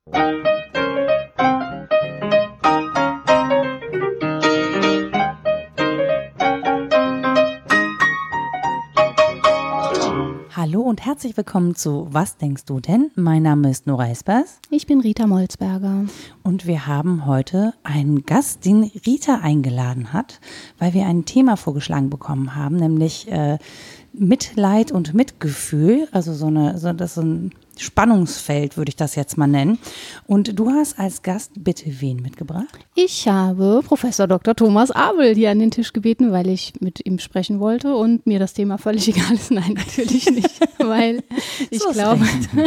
Hallo und herzlich willkommen zu Was denkst du denn? Mein Name ist Nora Espers. Ich bin Rita Molzberger. Und wir haben heute einen Gast, den Rita eingeladen hat, weil wir ein Thema vorgeschlagen bekommen haben, nämlich Mitleid und Mitgefühl, also das ist so ein Spannungsfeld, würde ich das jetzt mal nennen. Und du hast als Gast bitte wen mitgebracht? Ich habe Professor Dr. Thomas Abel hier an den Tisch gebeten, weil ich mit ihm sprechen wollte und mir das Thema völlig egal ist. Nein, natürlich nicht, weil ich glaube,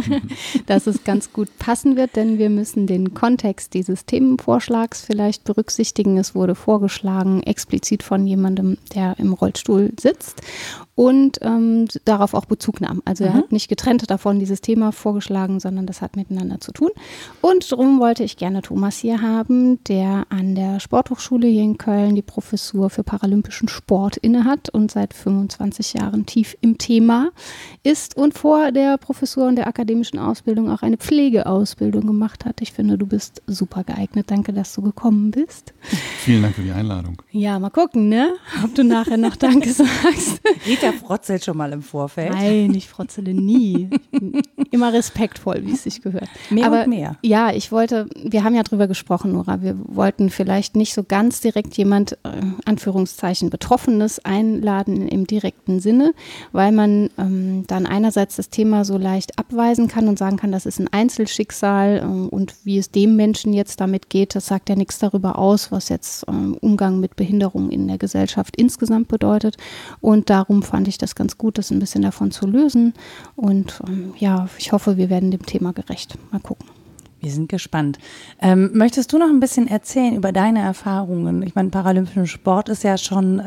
dass es ganz gut passen wird, denn wir müssen den Kontext dieses Themenvorschlags vielleicht berücksichtigen. Es wurde vorgeschlagen, explizit von jemandem, der im Rollstuhl sitzt und darauf auch Bezug nahm. Also er hat nicht getrennt davon dieses Thema vorgeschlagen, sondern das hat miteinander zu tun. Und darum wollte ich gerne Thomas hier haben, der an der Sporthochschule hier in Köln die Professur für paralympischen Sport innehat und seit 25 Jahren tief im Thema ist und vor der Professur und der akademischen Ausbildung auch eine Pflegeausbildung gemacht hat. Ich finde, du bist super geeignet. Danke, dass du gekommen bist. Vielen Dank für die Einladung. Ja, mal gucken, ne? Ob du nachher noch Danke sagst. Rita frotzelt schon mal im Vorfeld. Nein, ich frotzele nie. Immer respektvoll, wie es sich gehört. Aber und mehr. Ja, wir haben ja drüber gesprochen, Nora, wir wollten vielleicht nicht so ganz direkt jemand, Anführungszeichen, Betroffenes einladen im direkten Sinne, weil man dann einerseits das Thema so leicht abweisen kann und sagen kann, das ist ein Einzelschicksal und wie es dem Menschen jetzt damit geht, das sagt ja nichts darüber aus, was jetzt Umgang mit Behinderung in der Gesellschaft insgesamt bedeutet. Und darum fand ich das ganz gut, das ein bisschen davon zu lösen. Und ich hoffe, wir werden dem Thema gerecht. Mal gucken. Wir sind gespannt. Möchtest du noch ein bisschen erzählen über deine Erfahrungen? Ich meine, paralympischen Sport ist ja schon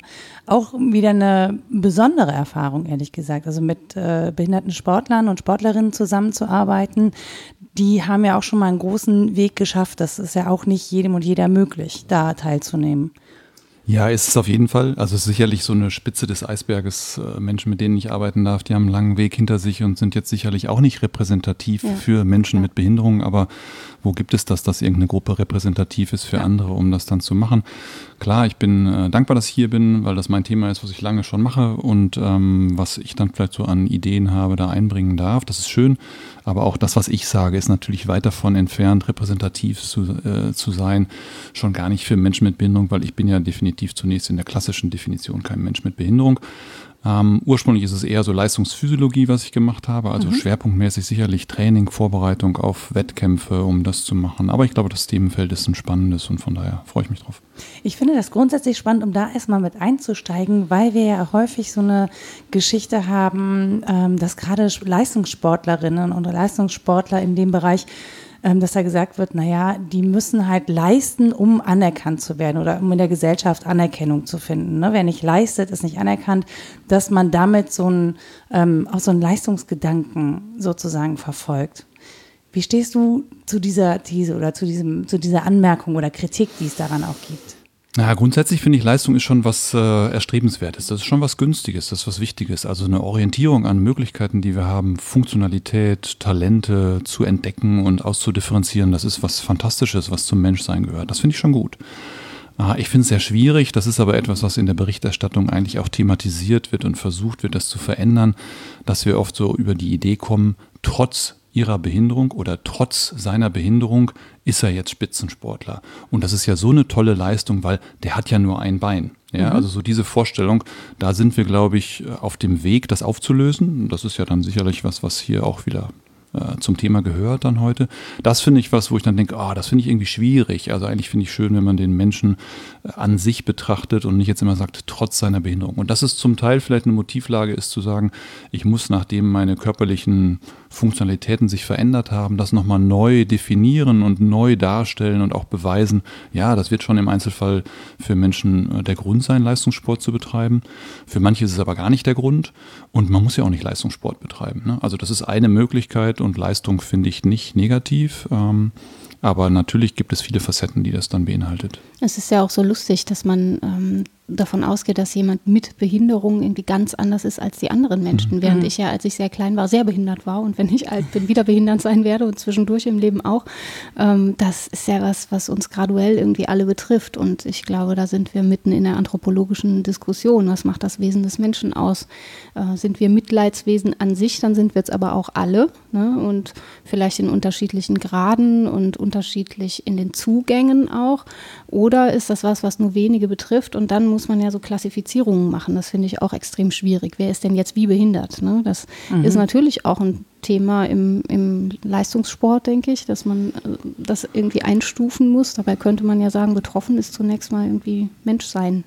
auch wieder eine besondere Erfahrung, ehrlich gesagt. Also mit behinderten Sportlern und Sportlerinnen zusammenzuarbeiten, die haben ja auch schon mal einen großen Weg geschafft. Das ist ja auch nicht jedem und jeder möglich, da teilzunehmen. Ja, ist es auf jeden Fall. Also es ist sicherlich so eine Spitze des Eisberges. Menschen, mit denen ich arbeiten darf, die haben einen langen Weg hinter sich und sind jetzt sicherlich auch nicht repräsentativ für Menschen mit Behinderungen. Aber wo gibt es das, dass irgendeine Gruppe repräsentativ ist für andere, um das dann zu machen? Klar, ich bin dankbar, dass ich hier bin, weil das mein Thema ist, was ich lange schon mache und was ich dann vielleicht so an Ideen habe, da einbringen darf. Das ist schön. Aber auch das, was ich sage, ist natürlich weit davon entfernt, repräsentativ zu sein. Schon gar nicht für Menschen mit Behinderung, weil ich bin ja definitiv zunächst in der klassischen Definition kein Mensch mit Behinderung. Ursprünglich ist es eher so Leistungsphysiologie, was ich gemacht habe, also schwerpunktmäßig sicherlich Training, Vorbereitung auf Wettkämpfe, um das zu machen. Aber ich glaube, das Themenfeld ist ein spannendes und von daher freue ich mich drauf. Ich finde das grundsätzlich spannend, um da erstmal mit einzusteigen, weil wir ja häufig so eine Geschichte haben, dass gerade Leistungssportlerinnen und Leistungssportler in dem Bereich, dass da gesagt wird, naja, die müssen halt leisten, um anerkannt zu werden oder um in der Gesellschaft Anerkennung zu finden. Ne? Wer nicht leistet, ist nicht anerkannt, dass man damit auch so einen Leistungsgedanken sozusagen verfolgt. Wie stehst du zu dieser These oder zu dieser Anmerkung oder Kritik, die es daran auch gibt? Na, grundsätzlich finde ich, Leistung ist schon was Erstrebenswertes. Das ist schon was Günstiges, das ist was Wichtiges. Also eine Orientierung an Möglichkeiten, die wir haben, Funktionalität, Talente zu entdecken und auszudifferenzieren, das ist was Fantastisches, was zum Menschsein gehört. Das finde ich schon gut. Ich finde es sehr schwierig, das ist aber etwas, was in der Berichterstattung eigentlich auch thematisiert wird und versucht wird, das zu verändern, dass wir oft so über die Idee kommen, trotz ihrer Behinderung oder trotz seiner Behinderung ist er jetzt Spitzensportler. Und das ist ja so eine tolle Leistung, weil der hat ja nur ein Bein. Ja, also so diese Vorstellung, da sind wir, glaube ich, auf dem Weg, das aufzulösen. Das ist ja dann sicherlich was hier auch wieder zum Thema gehört dann heute. Das finde ich was, wo ich dann denke, das finde ich irgendwie schwierig. Also eigentlich finde ich schön, wenn man den Menschen an sich betrachtet und nicht jetzt immer sagt, trotz seiner Behinderung. Und das ist zum Teil vielleicht eine Motivlage, ist zu sagen, ich muss, nachdem meine körperlichen Funktionalitäten sich verändert haben, das nochmal neu definieren und neu darstellen und auch beweisen, ja, das wird schon im Einzelfall für Menschen der Grund sein, Leistungssport zu betreiben. Für manche ist es aber gar nicht der Grund und man muss ja auch nicht Leistungssport betreiben. Ne? Also das ist eine Möglichkeit und Leistung finde ich nicht negativ. Aber natürlich gibt es viele Facetten, die das dann beinhaltet. Es ist ja auch so lustig, dass man davon ausgehe, dass jemand mit Behinderung irgendwie ganz anders ist als die anderen Menschen, während ich ja, als ich sehr klein war, sehr behindert war und wenn ich alt bin, wieder behindert sein werde und zwischendurch im Leben auch. Das ist ja was uns graduell irgendwie alle betrifft und ich glaube, da sind wir mitten in der anthropologischen Diskussion. Was macht das Wesen des Menschen aus? Sind wir Mitleidswesen an sich, dann sind wir es aber auch alle, ne? Und vielleicht in unterschiedlichen Graden und unterschiedlich in den Zugängen auch. Oder ist das was nur wenige betrifft und dann muss man ja so Klassifizierungen machen. Das finde ich auch extrem schwierig. Wer ist denn jetzt wie behindert? Ne? Das ist natürlich auch ein Thema im Leistungssport, denke ich, dass man das irgendwie einstufen muss. Dabei könnte man ja sagen, betroffen ist zunächst mal irgendwie Menschsein.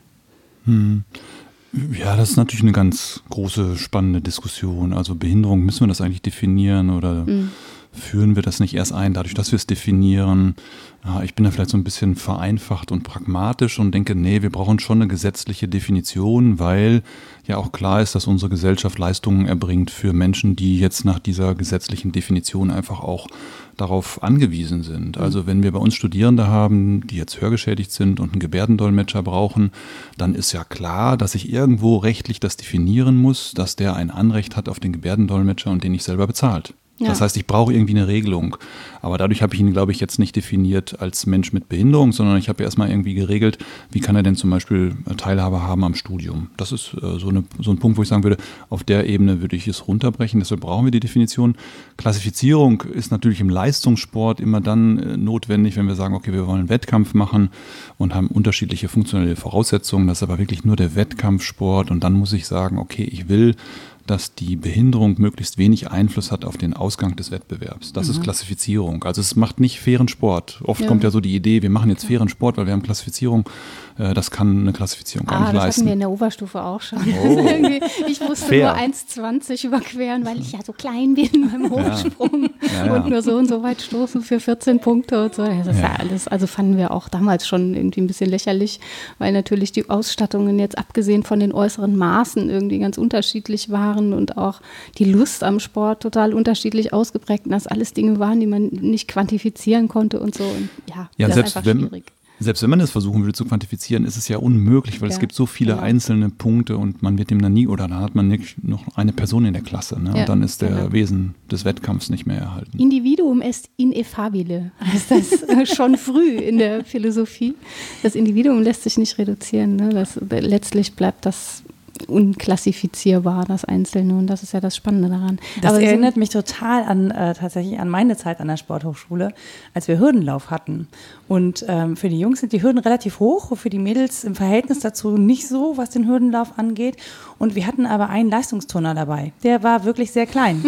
Ja, das ist natürlich eine ganz große, spannende Diskussion. Also Behinderung, müssen wir das eigentlich definieren oder führen wir das nicht erst ein, dadurch, dass wir es definieren? Ja, ich bin da vielleicht so ein bisschen vereinfacht und pragmatisch und denke, nee, wir brauchen schon eine gesetzliche Definition, weil ja auch klar ist, dass unsere Gesellschaft Leistungen erbringt für Menschen, die jetzt nach dieser gesetzlichen Definition einfach auch darauf angewiesen sind. Also wenn wir bei uns Studierende haben, die jetzt hörgeschädigt sind und einen Gebärdendolmetscher brauchen, dann ist ja klar, dass ich irgendwo rechtlich das definieren muss, dass der ein Anrecht hat auf den Gebärdendolmetscher und den nicht selber bezahlt. Ja. Das heißt, ich brauche irgendwie eine Regelung. Aber dadurch habe ich ihn, glaube ich, jetzt nicht definiert als Mensch mit Behinderung, sondern ich habe erstmal irgendwie geregelt, wie kann er denn zum Beispiel Teilhabe haben am Studium. Das ist so ein Punkt, wo ich sagen würde, auf der Ebene würde ich es runterbrechen. Deshalb brauchen wir die Definition. Klassifizierung ist natürlich im Leistungssport immer dann notwendig, wenn wir sagen, okay, wir wollen einen Wettkampf machen und haben unterschiedliche funktionelle Voraussetzungen. Das ist aber wirklich nur der Wettkampfsport. Und dann muss ich sagen, okay, ich will, dass die Behinderung möglichst wenig Einfluss hat auf den Ausgang des Wettbewerbs. Das ist Klassifizierung. Also es macht nicht fairen Sport. Oft kommt ja so die Idee, wir machen jetzt fairen Sport, weil wir haben Klassifizierung. Das kann eine Klassifizierung gar nicht leisten. Das hatten wir in der Oberstufe auch schon. Oh. Ich musste nur 1,20 überqueren, weil ich ja so klein bin beim Hochsprung und nur so und so weit stoßen für 14 Punkte und so. Das ist ja alles, also fanden wir auch damals schon irgendwie ein bisschen lächerlich, weil natürlich die Ausstattungen jetzt abgesehen von den äußeren Maßen irgendwie ganz unterschiedlich waren und auch die Lust am Sport total unterschiedlich ausgeprägt und das alles Dinge waren, die man nicht quantifizieren konnte und so. Und das ist einfach schwierig. Selbst wenn man das versuchen würde zu quantifizieren, ist es ja unmöglich, weil es gibt so viele einzelne Punkte und man wird dem dann nie, oder dann hat man nicht noch eine Person in der Klasse, ne? Und dann ist der Wesen des Wettkampfs nicht mehr erhalten. Individuum est ineffabile, heißt das schon früh in der Philosophie. Das Individuum lässt sich nicht reduzieren, ne? Letztlich bleibt das unklassifizierbar, das Einzelne, und das ist ja das Spannende daran. Das erinnert mich total an tatsächlich an meine Zeit an der Sporthochschule, als wir Hürdenlauf hatten. Und für die Jungs sind die Hürden relativ hoch, für die Mädels im Verhältnis dazu nicht so, was den Hürdenlauf angeht. Und wir hatten aber einen Leistungsturner dabei. Der war wirklich sehr klein.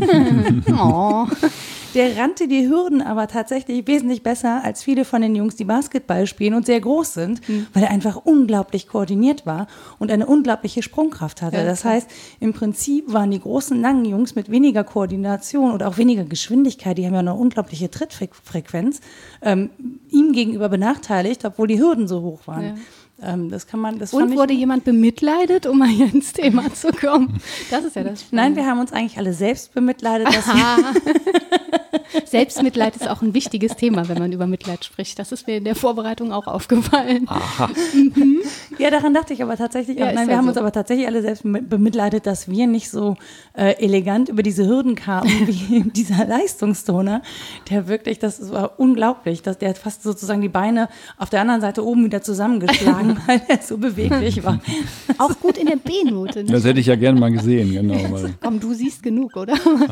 Oh. Der rannte die Hürden aber tatsächlich wesentlich besser als viele von den Jungs, die Basketball spielen und sehr groß sind, weil er einfach unglaublich koordiniert war und eine unglaubliche Sprungkraft hatte. Das heißt, im Prinzip waren die großen, langen Jungs mit weniger Koordination oder auch weniger Geschwindigkeit, die haben ja eine unglaubliche Trittfrequenz, ihm gegenüber benachteiligt, obwohl die Hürden so hoch waren. Ja. Und wurde jemand bemitleidet, um mal hier ins Thema zu kommen? Das ist ja das Spannende. Nein, wir haben uns eigentlich alle selbst bemitleidet. Selbstmitleid ist auch ein wichtiges Thema, wenn man über Mitleid spricht. Das ist mir in der Vorbereitung auch aufgefallen. Aha. Ja, daran dachte ich aber tatsächlich auch. Nein, wir haben uns aber tatsächlich alle selbst bemitleidet, dass wir nicht so elegant über diese Hürden kamen wie dieser Leistungsturner, der wirklich, das war unglaublich, dass der hat fast sozusagen die Beine auf der anderen Seite oben wieder zusammengeschlagen, weil er so beweglich war. Auch gut in der B-Note. Ne? Das hätte ich ja gerne mal gesehen, genau. Komm, du siehst genug, oder?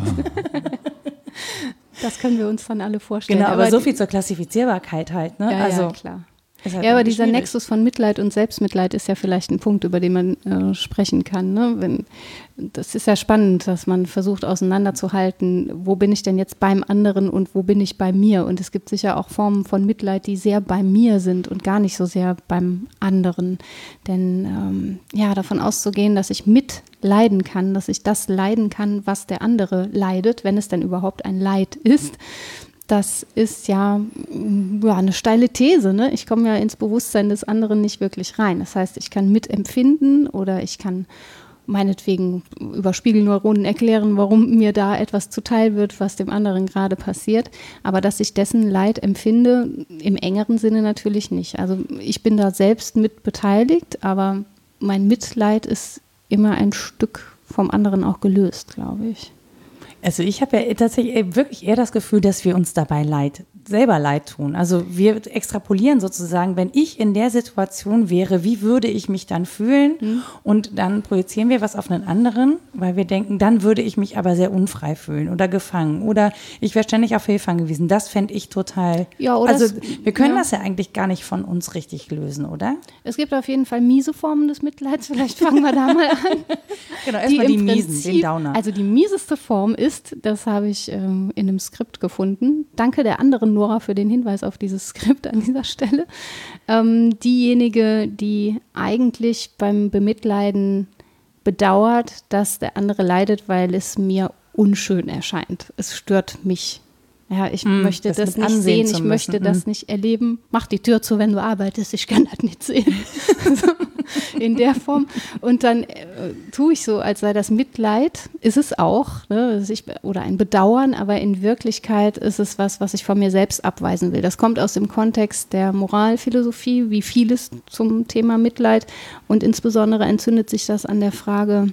Das können wir uns dann alle vorstellen. Genau, aber so viel zur Klassifizierbarkeit halt. Ne? Ja, klar. Halt aber dieser schwierig. Nexus von Mitleid und Selbstmitleid ist ja vielleicht ein Punkt, über den man sprechen kann. Ne? Das ist ja spannend, dass man versucht auseinanderzuhalten, wo bin ich denn jetzt beim anderen und wo bin ich bei mir? Und es gibt sicher auch Formen von Mitleid, die sehr bei mir sind und gar nicht so sehr beim anderen. Denn davon auszugehen, dass ich mitleiden kann, dass ich das leiden kann, was der andere leidet, wenn es denn überhaupt ein Leid ist, das ist ja eine steile These. Ne? Ich komme ja ins Bewusstsein des anderen nicht wirklich rein. Das heißt, ich kann mitempfinden oder ich kann meinetwegen über Spiegelneuronen erklären, warum mir da etwas zuteil wird, was dem anderen gerade passiert. Aber dass ich dessen Leid empfinde, im engeren Sinne natürlich nicht. Also ich bin da selbst mit beteiligt, aber mein Mitleid ist immer ein Stück vom anderen auch gelöst, glaube ich. Also ich habe ja tatsächlich wirklich eher das Gefühl, dass wir uns dabei selber leid tun. Also wir extrapolieren sozusagen, wenn ich in der Situation wäre, wie würde ich mich dann fühlen? Und dann projizieren wir was auf einen anderen, weil wir denken, dann würde ich mich aber sehr unfrei fühlen oder gefangen oder ich wäre ständig auf Hilfe angewiesen. Das fände ich total, also wir können das ja eigentlich gar nicht von uns richtig lösen, oder? Es gibt auf jeden Fall miese Formen des Mitleids, vielleicht fangen wir da mal an. Genau, erstmal die miesen, den Downer. Also die mieseste Form ist, das habe ich in einem Skript gefunden, danke der anderen Nora für den Hinweis auf dieses Skript an dieser Stelle. Diejenige, die eigentlich beim Bemitleiden bedauert, dass der andere leidet, weil es mir unschön erscheint. Es stört mich. Ja, ich möchte das nicht sehen, ich möchte das nicht erleben. Mach die Tür zu, wenn du arbeitest, ich kann das nicht sehen. So, in der Form. Und dann tue ich so, als sei das Mitleid, ist es auch, ne, oder ein Bedauern, aber in Wirklichkeit ist es was ich von mir selbst abweisen will. Das kommt aus dem Kontext der Moralphilosophie, wie vieles zum Thema Mitleid. Und insbesondere entzündet sich das an der Frage,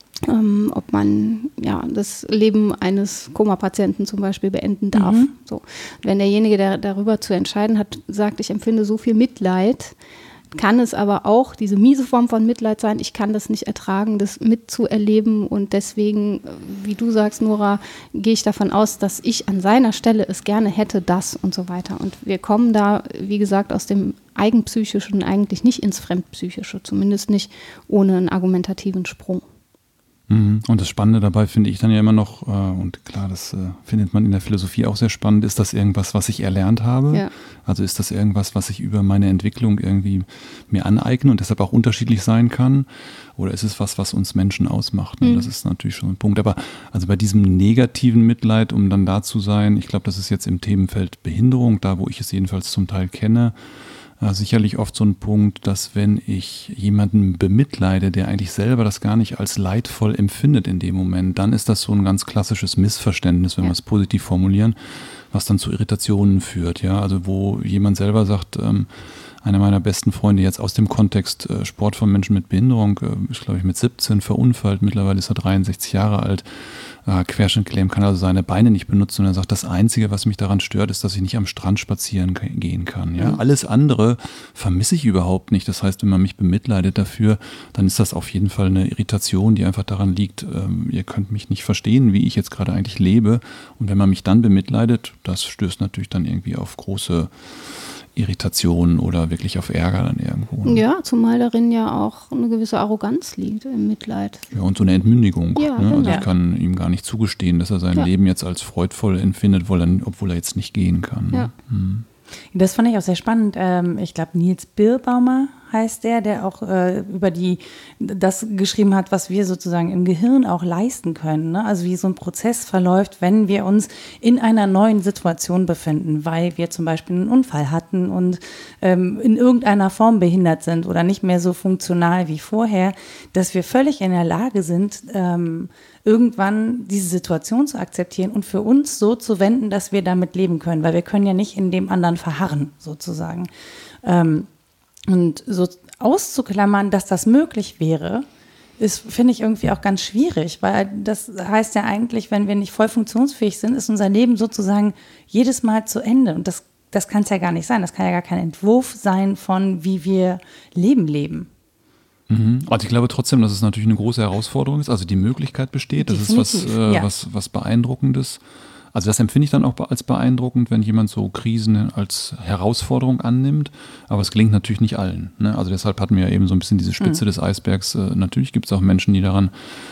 ob man das Leben eines Koma-Patienten zum Beispiel beenden darf. So. Wenn derjenige, der darüber zu entscheiden hat, sagt, ich empfinde so viel Mitleid, kann es aber auch diese miese Form von Mitleid sein, ich kann das nicht ertragen, das mitzuerleben und deswegen, wie du sagst, Nora, gehe ich davon aus, dass ich an seiner Stelle es gerne hätte, das und so weiter. Und wir kommen da, wie gesagt, aus dem Eigenpsychischen eigentlich nicht ins Fremdpsychische, zumindest nicht ohne einen argumentativen Sprung. Und das Spannende dabei finde ich dann ja immer noch, und klar, das findet man in der Philosophie auch sehr spannend, ist das irgendwas, was ich erlernt habe? Ja. Also ist das irgendwas, was ich über meine Entwicklung irgendwie mir aneigne und deshalb auch unterschiedlich sein kann? Oder ist es was uns Menschen ausmacht? Ne? Das ist natürlich schon ein Punkt. Aber also bei diesem negativen Mitleid, um dann da zu sein, ich glaube, das ist jetzt im Themenfeld Behinderung, da wo ich es jedenfalls zum Teil kenne, sicherlich oft so ein Punkt, dass wenn ich jemanden bemitleide, der eigentlich selber das gar nicht als leidvoll empfindet in dem Moment, dann ist das so ein ganz klassisches Missverständnis, wenn wir es positiv formulieren, was dann zu Irritationen führt. Ja, also wo jemand selber sagt, einer meiner besten Freunde jetzt aus dem Kontext Sport von Menschen mit Behinderung, ist glaube ich mit 17 verunfallt, mittlerweile ist er 63 Jahre alt, Querschnittgelähmt, kann also seine Beine nicht benutzen und er sagt, das Einzige, was mich daran stört, ist, dass ich nicht am Strand spazieren gehen kann. Ja? Alles andere vermisse ich überhaupt nicht. Das heißt, wenn man mich bemitleidet dafür, dann ist das auf jeden Fall eine Irritation, die einfach daran liegt, ihr könnt mich nicht verstehen, wie ich jetzt gerade eigentlich lebe. Und wenn man mich dann bemitleidet, das stößt natürlich dann irgendwie auf große Irritation oder wirklich auf Ärger dann irgendwo. Ne? Ja, zumal darin ja auch eine gewisse Arroganz liegt im Mitleid. Ja, und so eine Entmündigung. Ja, ne? Genau. Also ich kann ihm gar nicht zugestehen, dass er sein Leben jetzt als freudvoll empfindet, obwohl er jetzt nicht gehen kann. Ja. Ne? Das fand ich auch sehr spannend. Ich glaube, Niels Birbaumer heißt der auch über das geschrieben hat, was wir sozusagen im Gehirn auch leisten können. Ne? Also wie so ein Prozess verläuft, wenn wir uns in einer neuen Situation befinden, weil wir zum Beispiel einen Unfall hatten und in irgendeiner Form behindert sind oder nicht mehr so funktional wie vorher, dass wir völlig in der Lage sind, irgendwann diese Situation zu akzeptieren und für uns so zu wenden, dass wir damit leben können, weil wir können ja nicht in dem anderen verharren, sozusagen. Und so auszuklammern, dass das möglich wäre, finde ich irgendwie auch ganz schwierig, weil das heißt ja eigentlich, wenn wir nicht voll funktionsfähig sind, ist unser Leben sozusagen jedes Mal zu Ende. Und das kann es ja gar nicht sein. Das kann ja gar kein Entwurf sein von, wie wir leben. Also ich glaube trotzdem, dass es natürlich eine große Herausforderung ist. Also die Möglichkeit besteht, das ist was Beeindruckendes. Also das empfinde ich dann auch als beeindruckend, wenn jemand so Krisen als Herausforderung annimmt. Aber es gelingt natürlich nicht allen. Ne? Also deshalb hatten wir ja eben so ein bisschen diese Spitze des Eisbergs. Natürlich gibt es auch Menschen, die daran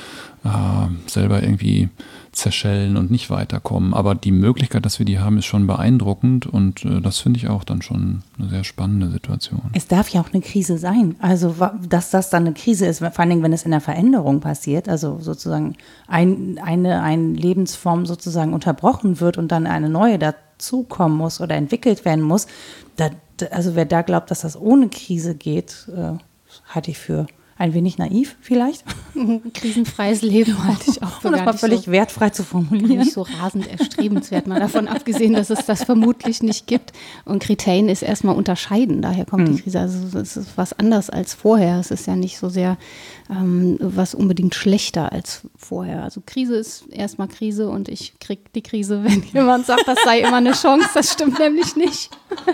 selber irgendwie zerschellen und nicht weiterkommen. Aber die Möglichkeit, dass wir die haben, ist schon beeindruckend und das finde ich auch dann schon eine sehr spannende Situation. Es darf ja auch eine Krise sein. Also, dass das dann eine Krise ist, vor allen Dingen, wenn es in der Veränderung passiert, also sozusagen eine Lebensform sozusagen unterbrochen wird und dann eine neue dazukommen muss oder entwickelt werden muss. Also wer da glaubt, dass das ohne Krise geht, halte ich für ein wenig naiv vielleicht. Krisenfreies Leben halte ich auch für und das gar mal nicht völlig so, wertfrei zu formulieren. nicht so rasend erstrebenswert, mal davon abgesehen, dass es das vermutlich nicht gibt. Und Kriterien ist erstmal unterscheiden, daher kommt die Krise. Also es ist was anderes als vorher. Es ist ja nicht so sehr was unbedingt schlechter als vorher. Also Krise ist erstmal Krise und ich kriege die Krise, wenn jemand sagt, das sei immer eine Chance. Das stimmt nämlich nicht.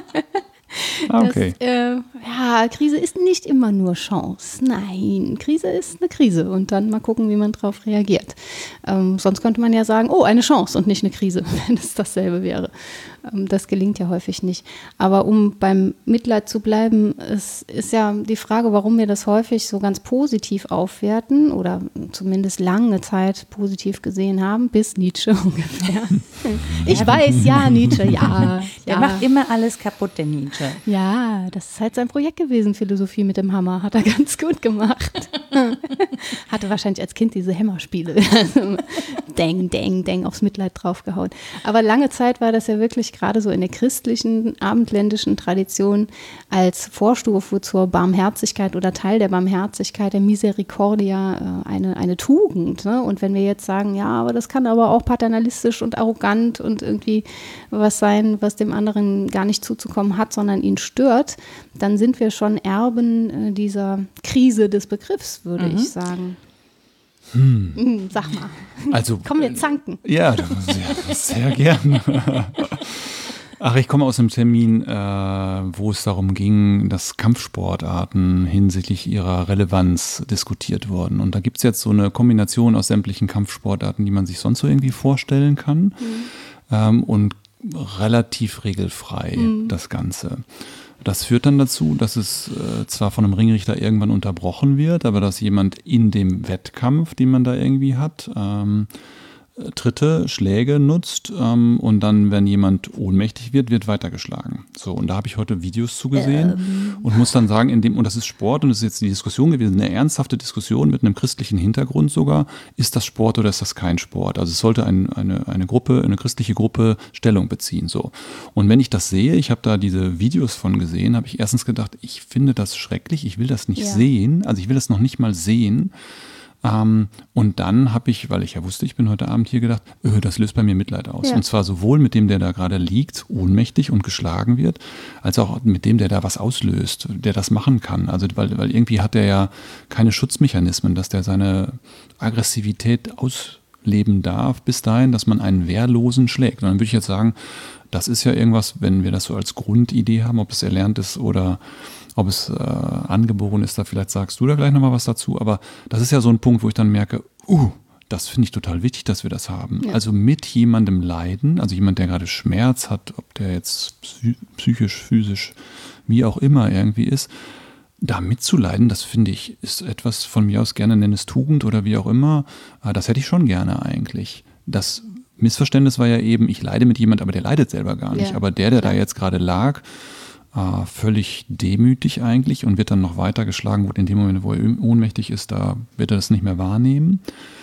Okay. Krise ist nicht immer nur Chance. Nein, Krise ist eine Krise und dann mal gucken, wie man darauf reagiert. Sonst könnte man ja sagen, oh, eine Chance und nicht eine Krise, wenn es dasselbe wäre. Das gelingt ja häufig nicht. Aber um beim Mitleid zu bleiben, es ist ja die Frage, warum wir das häufig so ganz positiv aufwerten oder zumindest lange Zeit positiv gesehen haben, bis Nietzsche ungefähr. Ich weiß, ja, Nietzsche, ja. Der macht immer alles kaputt, der Nietzsche. Ja, das ist halt sein Projekt gewesen, Philosophie mit dem Hammer. Hat er ganz gut gemacht. Hatte wahrscheinlich als Kind diese Hämmerspiele. Deng, deng, deng, aufs Mitleid draufgehauen. Aber lange Zeit war das ja wirklich gerade so in der christlichen, abendländischen Tradition als Vorstufe zur Barmherzigkeit oder Teil der Barmherzigkeit, der Misericordia, eine Tugend. Ne? Und wenn wir jetzt sagen, ja, aber das kann aber auch paternalistisch und arrogant und irgendwie was sein, was dem anderen gar nicht zuzukommen hat, sondern ihn stört, dann sind wir schon Erben dieser Krise des Begriffs, würde ich sagen. Sag mal. Also, Kommen wir zanken. Ja, sehr gern. Ach, ich komme aus einem Termin, wo es darum ging, dass Kampfsportarten hinsichtlich ihrer Relevanz diskutiert wurden. Und da gibt es jetzt so eine Kombination aus sämtlichen Kampfsportarten, die man sich sonst so irgendwie vorstellen kann. Und relativ regelfrei das Ganze. Das führt dann dazu, dass es zwar von einem Ringrichter irgendwann unterbrochen wird, aber dass jemand in dem Wettkampf, den man da irgendwie hat, Tritte, Schläge nutzt und dann, wenn jemand ohnmächtig wird, wird weitergeschlagen. So, und da habe ich heute Videos zugesehen und muss dann sagen, und das ist Sport und das ist jetzt die Diskussion gewesen, eine ernsthafte Diskussion mit einem christlichen Hintergrund sogar, ist das Sport oder ist das kein Sport? Also es sollte eine christliche Gruppe Stellung beziehen. So. Und wenn ich das sehe, ich habe da diese Videos von gesehen, habe ich erstens gedacht, ich finde das schrecklich, ich will das nicht sehen, also ich will das noch nicht mal sehen. Und dann habe ich, weil ich ja wusste, ich bin heute Abend hier, gedacht, das löst bei mir Mitleid aus. Ja. Und zwar sowohl mit dem, der da gerade liegt, ohnmächtig und geschlagen wird, als auch mit dem, der da was auslöst, der das machen kann. Also weil irgendwie hat er ja keine Schutzmechanismen, dass der seine Aggressivität ausleben darf, bis dahin, dass man einen Wehrlosen schlägt. Und dann würde ich jetzt sagen, das ist ja irgendwas, wenn wir das so als Grundidee haben, ob es erlernt ist oder ob es angeboren ist, da vielleicht sagst du da gleich nochmal was dazu, aber das ist ja so ein Punkt, wo ich dann merke, das finde ich total wichtig, dass wir das haben. Ja. Also mit jemandem leiden, also jemand, der gerade Schmerz hat, ob der jetzt psychisch, physisch, wie auch immer irgendwie ist, da mitzuleiden, das finde ich, ist etwas von mir aus gerne, nenne es Tugend oder wie auch immer, das hätte ich schon gerne eigentlich. Das Missverständnis war ja eben, ich leide mit jemand, aber der leidet selber gar nicht. Ja. Aber der da jetzt gerade lag, völlig demütig eigentlich und wird dann noch weiter geschlagen. Gut, in dem Moment, wo er ohnmächtig ist, da wird er das nicht mehr wahrnehmen.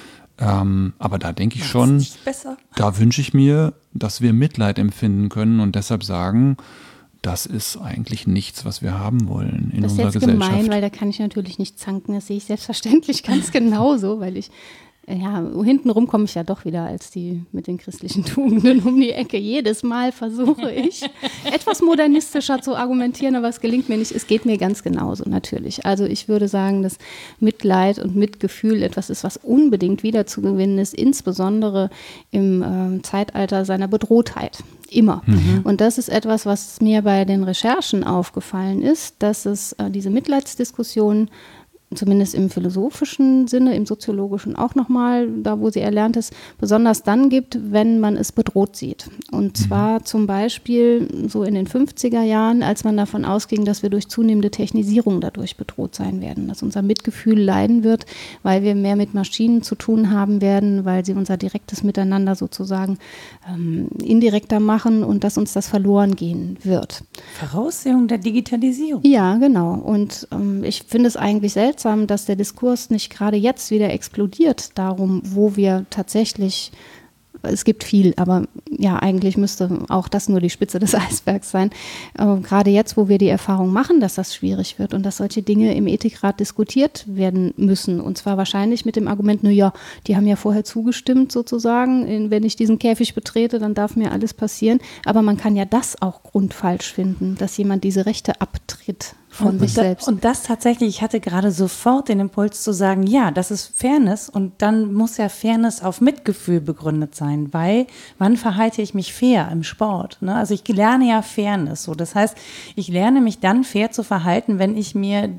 Aber da denke ich schon, da wünsche ich mir, dass wir Mitleid empfinden können und deshalb sagen, das ist eigentlich nichts, was wir haben wollen in unserer Gesellschaft. Das ist jetzt gemein, weil da kann ich natürlich nicht zanken. Das sehe ich selbstverständlich ganz genauso, weil ich hintenrum komme ich ja doch wieder als die mit den christlichen Tugenden um die Ecke. Jedes Mal versuche ich, etwas modernistischer zu argumentieren, aber es gelingt mir nicht. Es geht mir ganz genauso, natürlich. Also ich würde sagen, dass Mitleid und Mitgefühl etwas ist, was unbedingt wiederzugewinnen ist, insbesondere im Zeitalter seiner Bedrohtheit. Immer. Und das ist etwas, was mir bei den Recherchen aufgefallen ist, dass es diese Mitleidsdiskussion zumindest im philosophischen Sinne, im soziologischen auch nochmal, da wo sie erlernt ist, besonders dann gibt, wenn man es bedroht sieht. Und zwar zum Beispiel so in den 50er Jahren, als man davon ausging, dass wir durch zunehmende Technisierung dadurch bedroht sein werden, dass unser Mitgefühl leiden wird, weil wir mehr mit Maschinen zu tun haben werden, weil sie unser direktes Miteinander sozusagen indirekter machen und dass uns das verloren gehen wird. Voraussehung der Digitalisierung. Ja, genau. Und ich finde es eigentlich seltsam, dass der Diskurs nicht gerade jetzt wieder explodiert darum, wo wir tatsächlich es gibt viel, aber ja, eigentlich müsste auch das nur die Spitze des Eisbergs sein. Gerade jetzt, wo wir die Erfahrung machen, dass das schwierig wird und dass solche Dinge im Ethikrat diskutiert werden müssen. Und zwar wahrscheinlich mit dem Argument, naja, die haben ja vorher zugestimmt sozusagen, wenn ich diesen Käfig betrete, dann darf mir alles passieren. Aber man kann ja das auch grundfalsch finden, dass jemand diese Rechte abtritt von sich selbst. Und das tatsächlich, ich hatte gerade sofort den Impuls zu sagen, ja, das ist Fairness und dann muss ja Fairness auf Mitgefühl begründet sein, weil wann verhalte ich mich fair im Sport? Ne? Also ich lerne ja Fairness, so. Das heißt, ich lerne mich dann fair zu verhalten, wenn ich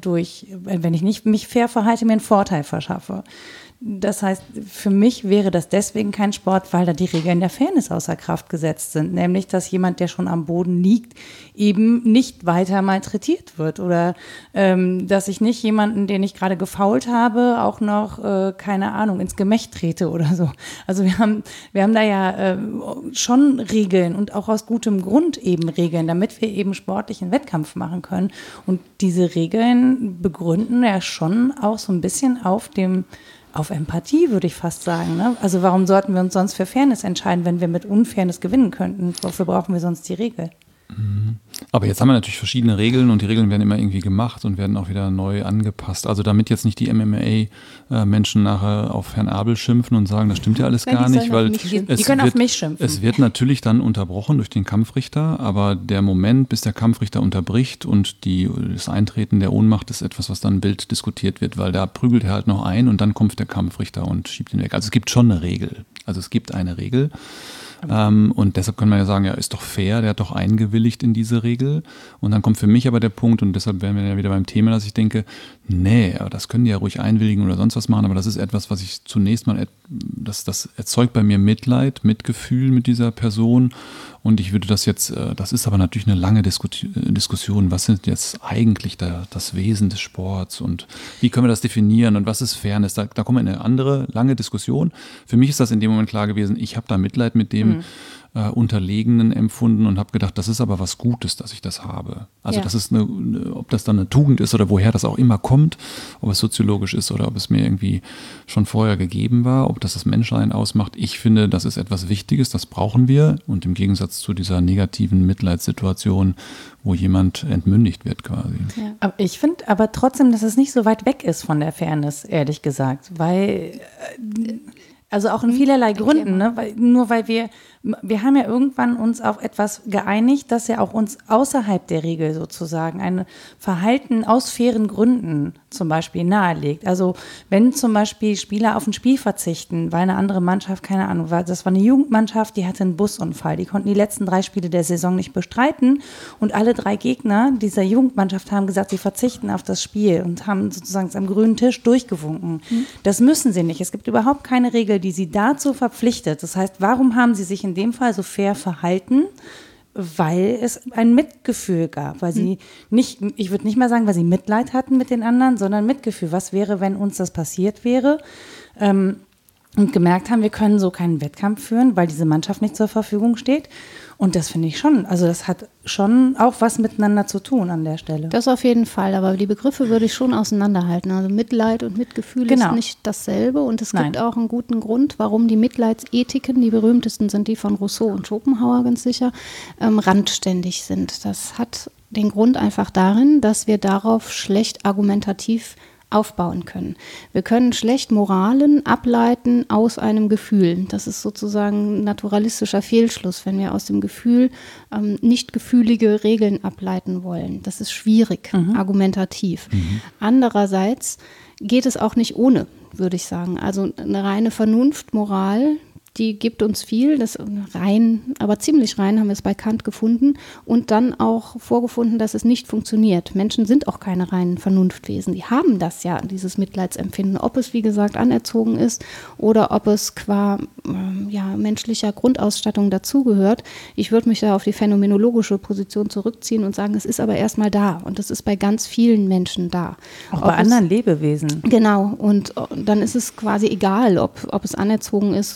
nicht mich fair verhalte, mir einen Vorteil verschaffe. Das heißt, für mich wäre das deswegen kein Sport, weil da die Regeln der Fairness außer Kraft gesetzt sind. Nämlich, dass jemand, der schon am Boden liegt, eben nicht weiter malträtiert wird. Oder dass ich nicht jemanden, den ich gerade gefoult habe, auch noch, keine Ahnung, ins Gemächt trete oder so. Also wir haben da ja schon Regeln und auch aus gutem Grund eben Regeln, damit wir eben sportlichen Wettkampf machen können. Und diese Regeln begründen ja schon auch so ein bisschen auf Empathie, würde ich fast sagen. Ne? Also warum sollten wir uns sonst für Fairness entscheiden, wenn wir mit Unfairness gewinnen könnten? Wofür brauchen wir sonst die Regel? Aber jetzt haben wir natürlich verschiedene Regeln und die Regeln werden immer irgendwie gemacht und werden auch wieder neu angepasst. Also damit jetzt nicht die MMA-Menschen nachher auf Herrn Abel schimpfen und sagen, das stimmt ja alles gar nicht, weil die können auf mich schimpfen. Es wird natürlich dann unterbrochen durch den Kampfrichter, aber der Moment, bis der Kampfrichter unterbricht und das Eintreten der Ohnmacht ist etwas, was dann wild diskutiert wird, weil da prügelt er halt noch ein und dann kommt der Kampfrichter und schiebt ihn weg. Also es gibt schon eine Regel. Also es gibt eine Regel. Und deshalb können wir ja sagen, ja, ist doch fair, der hat doch eingewilligt in diese Regel. Und dann kommt für mich aber der Punkt, und deshalb wären wir ja wieder beim Thema, dass ich denke, nee, das können die ja ruhig einwilligen oder sonst was machen, aber das ist etwas, was ich zunächst mal, das erzeugt bei mir Mitleid, Mitgefühl mit dieser Person. Und ich würde das jetzt, das ist aber natürlich eine lange Diskussion, was sind jetzt eigentlich das Wesen des Sports und wie können wir das definieren und was ist Fairness? Da kommen wir in eine andere lange Diskussion. Für mich ist das in dem Moment klar gewesen, ich habe da Mitleid mit dem Unterlegenen empfunden und habe gedacht, das ist aber was Gutes, dass ich das habe. Also das ist ob das dann eine Tugend ist oder woher das auch immer kommt, ob es soziologisch ist oder ob es mir irgendwie schon vorher gegeben war, ob das Menschsein ausmacht. Ich finde, das ist etwas Wichtiges, das brauchen wir und im Gegensatz zu dieser negativen Mitleidssituation, wo jemand entmündigt wird quasi. Ja. Aber ich finde aber trotzdem, dass es nicht so weit weg ist von der Fairness, ehrlich gesagt, weil also auch in vielerlei Gründen, ne? Weil wir haben ja irgendwann uns auf etwas geeinigt, das ja auch uns außerhalb der Regel sozusagen ein Verhalten aus fairen Gründen zum Beispiel nahelegt. Also wenn zum Beispiel Spieler auf ein Spiel verzichten, weil eine andere Mannschaft, keine Ahnung, das war eine Jugendmannschaft, die hatte einen Busunfall, die konnten die letzten 3 Spiele der Saison nicht bestreiten und alle 3 Gegner dieser Jugendmannschaft haben gesagt, sie verzichten auf das Spiel und haben sozusagen am grünen Tisch durchgewunken. Das müssen sie nicht. Es gibt überhaupt keine Regel, die sie dazu verpflichtet. Das heißt, warum haben sie sich in dem Fall so fair verhalten? Weil es ein Mitgefühl gab, weil sie nicht, ich würde nicht mal sagen, weil sie Mitleid hatten mit den anderen, sondern Mitgefühl. Was wäre, wenn uns das passiert wäre? Und gemerkt haben, wir können so keinen Wettkampf führen, weil diese Mannschaft nicht zur Verfügung steht. Und das finde ich schon, also das hat schon auch was miteinander zu tun an der Stelle. Das auf jeden Fall, aber die Begriffe würde ich schon auseinanderhalten. Also Mitleid und Mitgefühl ist nicht dasselbe und es gibt auch einen guten Grund, warum die Mitleidsethiken, die berühmtesten sind die von Rousseau und Schopenhauer ganz sicher, randständig sind. Das hat den Grund einfach darin, dass wir darauf schlecht argumentativ aufbauen können. Wir können schlecht Moralen ableiten aus einem Gefühl. Das ist sozusagen ein naturalistischer Fehlschluss, wenn wir aus dem Gefühl nicht gefühlige Regeln ableiten wollen. Das ist schwierig, argumentativ. Andererseits geht es auch nicht ohne, würde ich sagen. Also eine reine Vernunft, Moral, die gibt uns viel, das rein, aber ziemlich rein haben wir es bei Kant gefunden und dann auch vorgefunden, dass es nicht funktioniert. Menschen sind auch keine reinen Vernunftwesen. Die haben das ja, dieses Mitleidsempfinden, ob es wie gesagt anerzogen ist oder ob es qua menschlicher Grundausstattung dazugehört. Ich würde mich da auf die phänomenologische Position zurückziehen und sagen, es ist aber erstmal da und es ist bei ganz vielen Menschen da. Auch bei anderen Lebewesen. Genau, und dann ist es quasi egal, ob es anerzogen ist durch die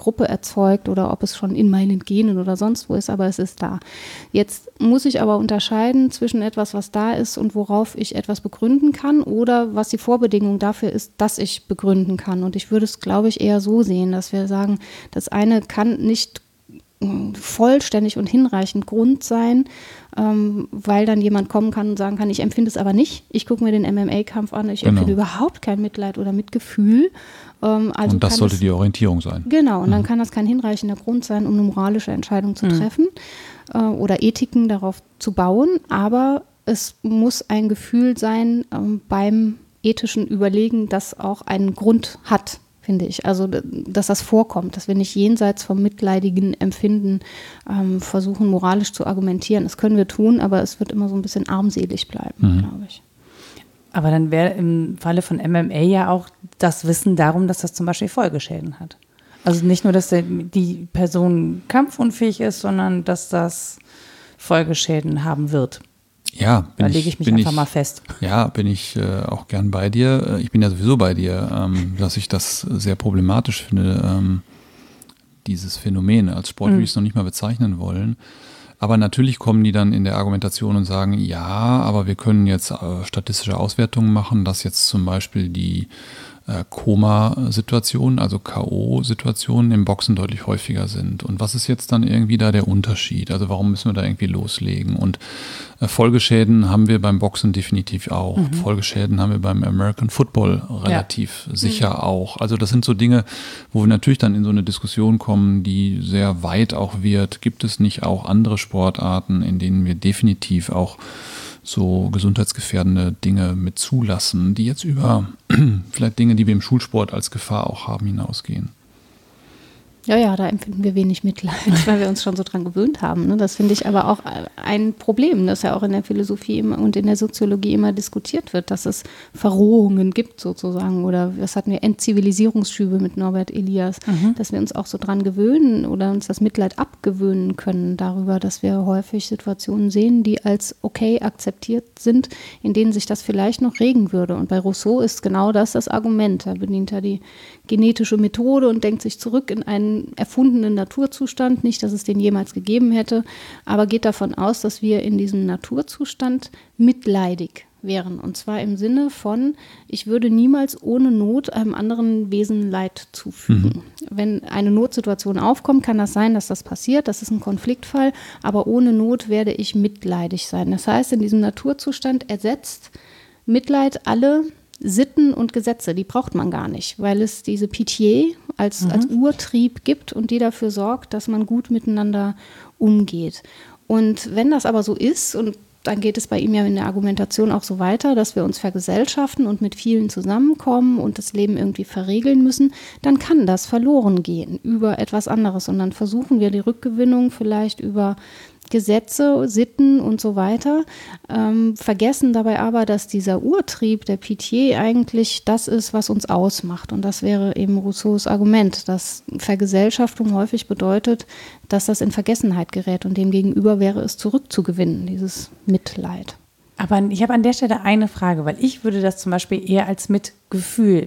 Gruppe erzeugt oder ob es schon in meinen Genen oder sonst wo ist, aber es ist da. Jetzt muss ich aber unterscheiden zwischen etwas, was da ist und worauf ich etwas begründen kann oder was die Vorbedingung dafür ist, dass ich begründen kann. Und ich würde es, glaube ich, eher so sehen, dass wir sagen, das eine kann nicht vollständig und hinreichend Grund sein, weil dann jemand kommen kann und sagen kann, ich empfinde es aber nicht. Ich gucke mir den MMA-Kampf an, ich empfinde überhaupt kein Mitleid oder Mitgefühl. Also und das sollte die Orientierung sein. Genau, und dann kann das kein hinreichender Grund sein, um eine moralische Entscheidung zu treffen oder Ethiken darauf zu bauen. Aber es muss ein Gefühl sein beim ethischen Überlegen, das auch einen Grund hat, finde ich. Also, dass das vorkommt, dass wir nicht jenseits vom mitleidigen Empfinden versuchen, moralisch zu argumentieren. Das können wir tun, aber es wird immer so ein bisschen armselig bleiben, glaube ich. Aber dann wäre im Falle von MMA ja auch das Wissen darum, dass das zum Beispiel Folgeschäden hat. Also nicht nur, dass die Person kampfunfähig ist, sondern dass das Folgeschäden haben wird. Ja, da lege ich mich einfach mal fest. Ja, bin ich auch gern bei dir. Ich bin ja sowieso bei dir, dass ich das sehr problematisch finde, dieses Phänomen. Als Sport würde ich es noch nicht mal bezeichnen wollen. Aber natürlich kommen die dann in der Argumentation und sagen, ja, aber wir können jetzt statistische Auswertungen machen, dass jetzt zum Beispiel die Koma-Situationen, also K.O.-Situationen im Boxen deutlich häufiger sind. Und was ist jetzt dann irgendwie da der Unterschied? Also warum müssen wir da irgendwie loslegen? Und Folgeschäden haben wir beim Boxen definitiv auch. Folgeschäden haben wir beim American Football relativ sicher auch. Also das sind so Dinge, wo wir natürlich dann in so eine Diskussion kommen, die sehr weit auch wird. Gibt es nicht auch andere Sportarten, in denen wir definitiv auch so gesundheitsgefährdende Dinge mit zulassen, die jetzt über vielleicht Dinge, die wir im Schulsport als Gefahr auch haben, hinausgehen? Ja, da empfinden wir wenig Mitleid, weil wir uns schon so dran gewöhnt haben. Ne? Das finde ich aber auch ein Problem, das ja auch in der Philosophie und in der Soziologie immer diskutiert wird, dass es Verrohungen gibt sozusagen oder was hatten wir, Entzivilisierungsschübe mit Norbert Elias, dass wir uns auch so dran gewöhnen oder uns das Mitleid abgewöhnen können darüber, dass wir häufig Situationen sehen, die als okay akzeptiert sind, in denen sich das vielleicht noch regen würde. Und bei Rousseau ist genau das Argument. Er bedient ja die genetische Methode und denkt sich zurück in einen erfundenen Naturzustand, nicht, dass es den jemals gegeben hätte, aber geht davon aus, dass wir in diesem Naturzustand mitleidig wären. Und zwar im Sinne von, ich würde niemals ohne Not einem anderen Wesen Leid zufügen. Wenn eine Notsituation aufkommt, kann das sein, dass das passiert, das ist ein Konfliktfall, aber ohne Not werde ich mitleidig sein. Das heißt, in diesem Naturzustand ersetzt Mitleid alle Sitten und Gesetze, die braucht man gar nicht, weil es diese Pitié als Urtrieb gibt und die dafür sorgt, dass man gut miteinander umgeht. Und wenn das aber so ist, und dann geht es bei ihm ja in der Argumentation auch so weiter, dass wir uns vergesellschaften und mit vielen zusammenkommen und das Leben irgendwie verregeln müssen, dann kann das verloren gehen über etwas anderes. Und dann versuchen wir die Rückgewinnung vielleicht über Gesetze, Sitten und so weiter, vergessen dabei aber, dass dieser Urtrieb, der Pitié, eigentlich das ist, was uns ausmacht. Und das wäre eben Rousseaus Argument, dass Vergesellschaftung häufig bedeutet, dass das in Vergessenheit gerät und demgegenüber wäre es zurückzugewinnen, dieses Mitleid. Aber ich habe an der Stelle eine Frage, weil ich würde das zum Beispiel eher als Mitgefühl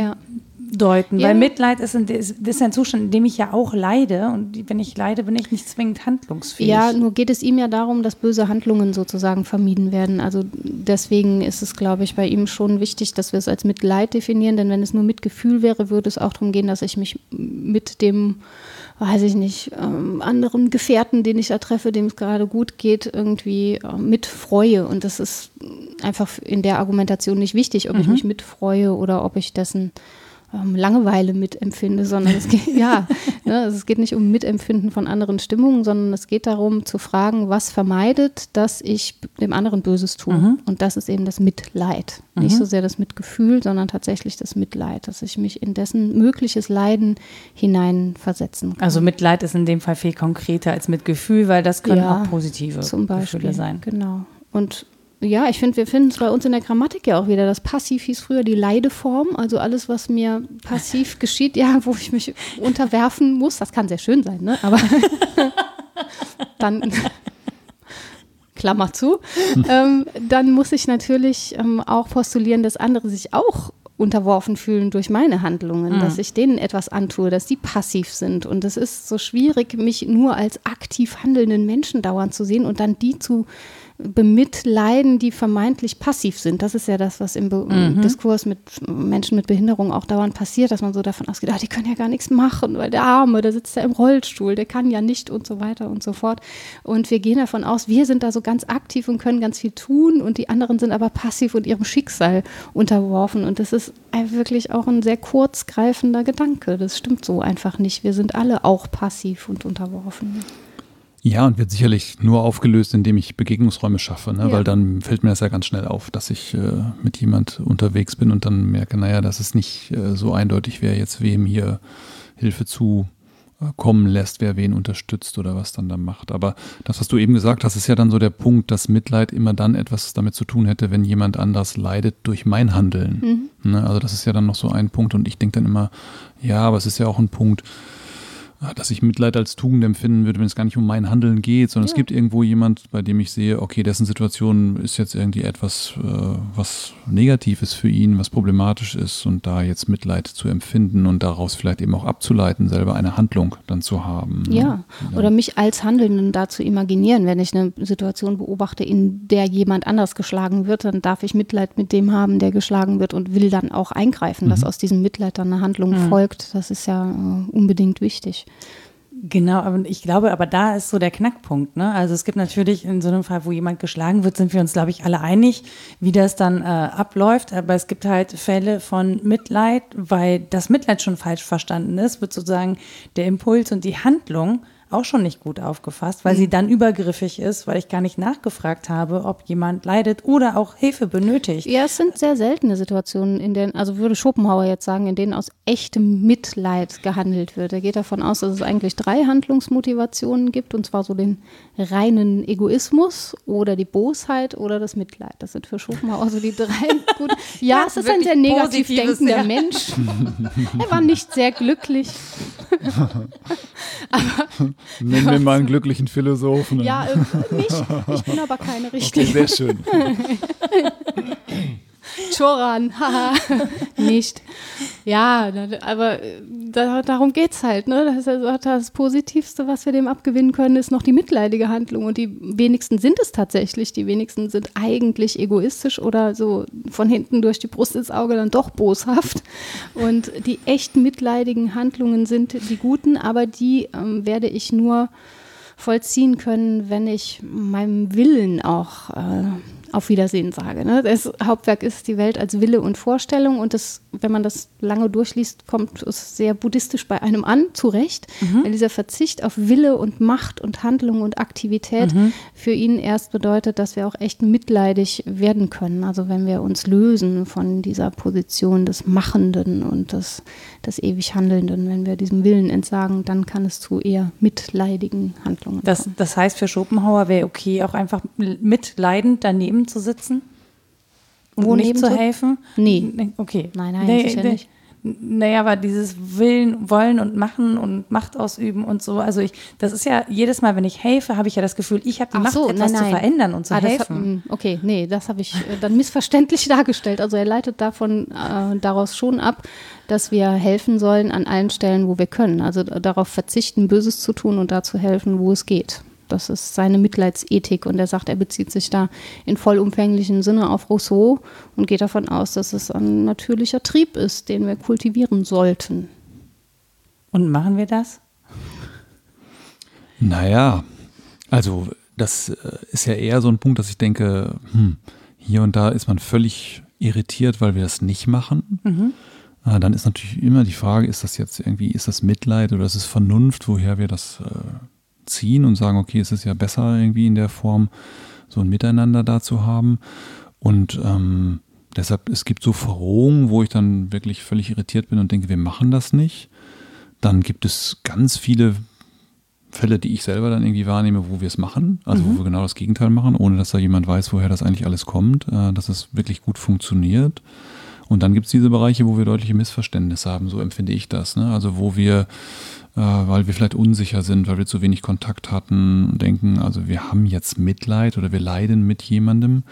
deuten, weil Mitleid ist ein Zustand, in dem ich ja auch leide und wenn ich leide, bin ich nicht zwingend handlungsfähig. Ja, nur geht es ihm ja darum, dass böse Handlungen sozusagen vermieden werden. Also deswegen ist es, glaube ich, bei ihm schon wichtig, dass wir es als Mitleid definieren, denn wenn es nur Mitgefühl wäre, würde es auch darum gehen, dass ich mich mit dem, weiß ich nicht, anderen Gefährten, den ich da treffe, dem es gerade gut geht, irgendwie mitfreue. Und das ist einfach in der Argumentation nicht wichtig, ob ich mich mitfreue oder ob ich dessen Langeweile mitempfinde, sondern es geht, es geht nicht um Mitempfinden von anderen Stimmungen, sondern es geht darum zu fragen, was vermeidet, dass ich dem anderen Böses tue. Und das ist eben das Mitleid. Nicht so sehr das Mitgefühl, sondern tatsächlich das Mitleid, dass ich mich in dessen mögliches Leiden hineinversetzen kann. Also Mitleid ist in dem Fall viel konkreter als Mitgefühl, weil das können auch positive zum Beispiel Gefühle sein. Genau. Und ja, ich finde, wir finden es bei uns in der Grammatik ja auch wieder. Das Passiv hieß früher die Leideform, also alles, was mir passiv geschieht, wo ich mich unterwerfen muss. Das kann sehr schön sein, ne? Aber dann, Klammer zu, dann muss ich natürlich auch postulieren, dass andere sich auch unterworfen fühlen durch meine Handlungen, dass ich denen etwas antue, dass die passiv sind. Und es ist so schwierig, mich nur als aktiv handelnden Menschen dauernd zu sehen und dann die zu bemitleiden, die vermeintlich passiv sind. Das ist ja das, was im Diskurs mit Menschen mit Behinderung auch dauernd passiert, dass man so davon ausgeht, die können ja gar nichts machen, weil der Arme, der sitzt ja im Rollstuhl, der kann ja nicht und so weiter und so fort. Und wir gehen davon aus, wir sind da so ganz aktiv und können ganz viel tun und die anderen sind aber passiv und ihrem Schicksal unterworfen. Und das ist wirklich auch ein sehr kurzgreifender Gedanke. Das stimmt so einfach nicht. Wir sind alle auch passiv und unterworfen. Ja, und wird sicherlich nur aufgelöst, indem ich Begegnungsräume schaffe, ne? Weil dann fällt mir das ja ganz schnell auf, dass ich mit jemand unterwegs bin und dann merke, dass es nicht so eindeutig, wer jetzt wem hier Hilfe zukommen lässt, wer wen unterstützt oder was dann da macht. Aber das, was du eben gesagt hast, ist ja dann so der Punkt, dass Mitleid immer dann etwas damit zu tun hätte, wenn jemand anders leidet durch mein Handeln. Ne? Also das ist ja dann noch so ein Punkt und ich denke dann immer, ja, aber es ist ja auch ein Punkt, dass ich Mitleid als Tugend empfinden würde, wenn es gar nicht um mein Handeln geht, sondern es gibt irgendwo jemand, bei dem ich sehe, okay, dessen Situation ist jetzt irgendwie etwas, was negativ ist für ihn, was problematisch ist und da jetzt Mitleid zu empfinden und daraus vielleicht eben auch abzuleiten, selber eine Handlung dann zu haben. Ne? Ja, oder mich als Handelnden da zu imaginieren, wenn ich eine Situation beobachte, in der jemand anders geschlagen wird, dann darf ich Mitleid mit dem haben, der geschlagen wird und will dann auch eingreifen, dass aus diesem Mitleid dann eine Handlung folgt. Das ist ja unbedingt wichtig. Genau, aber ich glaube, da ist so der Knackpunkt, ne? Also es gibt natürlich in so einem Fall, wo jemand geschlagen wird, sind wir uns, glaube ich, alle einig, wie das dann abläuft. Aber es gibt halt Fälle von Mitleid, weil das Mitleid schon falsch verstanden ist, wird sozusagen der Impuls und die Handlung auch schon nicht gut aufgefasst, weil sie dann übergriffig ist, weil ich gar nicht nachgefragt habe, ob jemand leidet oder auch Hilfe benötigt. Ja, es sind sehr seltene Situationen, in denen, also würde Schopenhauer jetzt sagen, in denen aus echtem Mitleid gehandelt wird. Er geht davon aus, dass es eigentlich 3 Handlungsmotivationen gibt, und zwar so den reinen Egoismus oder die Bosheit oder das Mitleid. Das sind für Schopenhauer so die 3 gut. Ja, es ist ein sehr negativ denkender Mensch. Er war nicht sehr glücklich. Aber nennen wir mal einen glücklichen Philosophen. Ja, nicht. Ich bin aber keine richtige. Okay, sehr schön. Choran, haha, nicht. Ja, aber darum geht's halt, ne? Das ist also das Positivste, was wir dem abgewinnen können, ist noch die mitleidige Handlung. Und die wenigsten sind es tatsächlich. Die wenigsten sind eigentlich egoistisch oder so von hinten durch die Brust ins Auge dann doch boshaft. Und die echt mitleidigen Handlungen sind die guten, aber die werde ich nur vollziehen können, wenn ich meinem Willen auch auf Wiedersehen sage. Ne? Das Hauptwerk ist die Welt als Wille und Vorstellung, und das, wenn man das lange durchliest, kommt es sehr buddhistisch bei einem an, zu Recht, weil dieser Verzicht auf Wille und Macht und Handlung und Aktivität für ihn erst bedeutet, dass wir auch echt mitleidig werden können. Also wenn wir uns lösen von dieser Position des Machenden und des ewig Handelnden, wenn wir diesem Willen entsagen, dann kann es zu eher mitleidigen Handlungen kommen. Das heißt, für Schopenhauer wäre okay, auch einfach mitleidend daneben zu sitzen und nicht zu helfen? Nee. Okay. Nein, sicher nicht. Naja, aber dieses Wollen und Machen und Macht ausüben und so, also das ist ja, jedes Mal, wenn ich helfe, habe ich ja das Gefühl, ich habe die Macht, etwas zu verändern und zu helfen. Das habe ich dann missverständlich dargestellt. Also er leitet daraus schon ab, dass wir helfen sollen an allen Stellen, wo wir können. Also darauf verzichten, Böses zu tun und da zu helfen, wo es geht. Das ist seine Mitleidsethik, und er sagt, er bezieht sich da in vollumfänglichem Sinne auf Rousseau und geht davon aus, dass es ein natürlicher Trieb ist, den wir kultivieren sollten. Und machen wir das? Naja, also das ist ja eher so ein Punkt, dass ich denke, hier und da ist man völlig irritiert, weil wir das nicht machen. Dann ist natürlich immer die Frage, ist das Mitleid oder ist es Vernunft, woher wir das ziehen und sagen, okay, es ist ja besser irgendwie in der Form so ein Miteinander da zu haben. Und deshalb, es gibt so Verrohungen, wo ich dann wirklich völlig irritiert bin und denke, wir machen das nicht. Dann gibt es ganz viele Fälle, die ich selber dann irgendwie wahrnehme, wo wir es machen, also wo wir genau das Gegenteil machen, ohne dass da jemand weiß, woher das eigentlich alles kommt, dass es wirklich gut funktioniert. Und dann gibt es diese Bereiche, wo wir deutliche Missverständnisse haben, so empfinde ich das, ne? Also wo wir weil wir vielleicht unsicher sind, weil wir zu wenig Kontakt hatten und denken, also wir haben jetzt Mitleid oder wir leiden mit jemandem,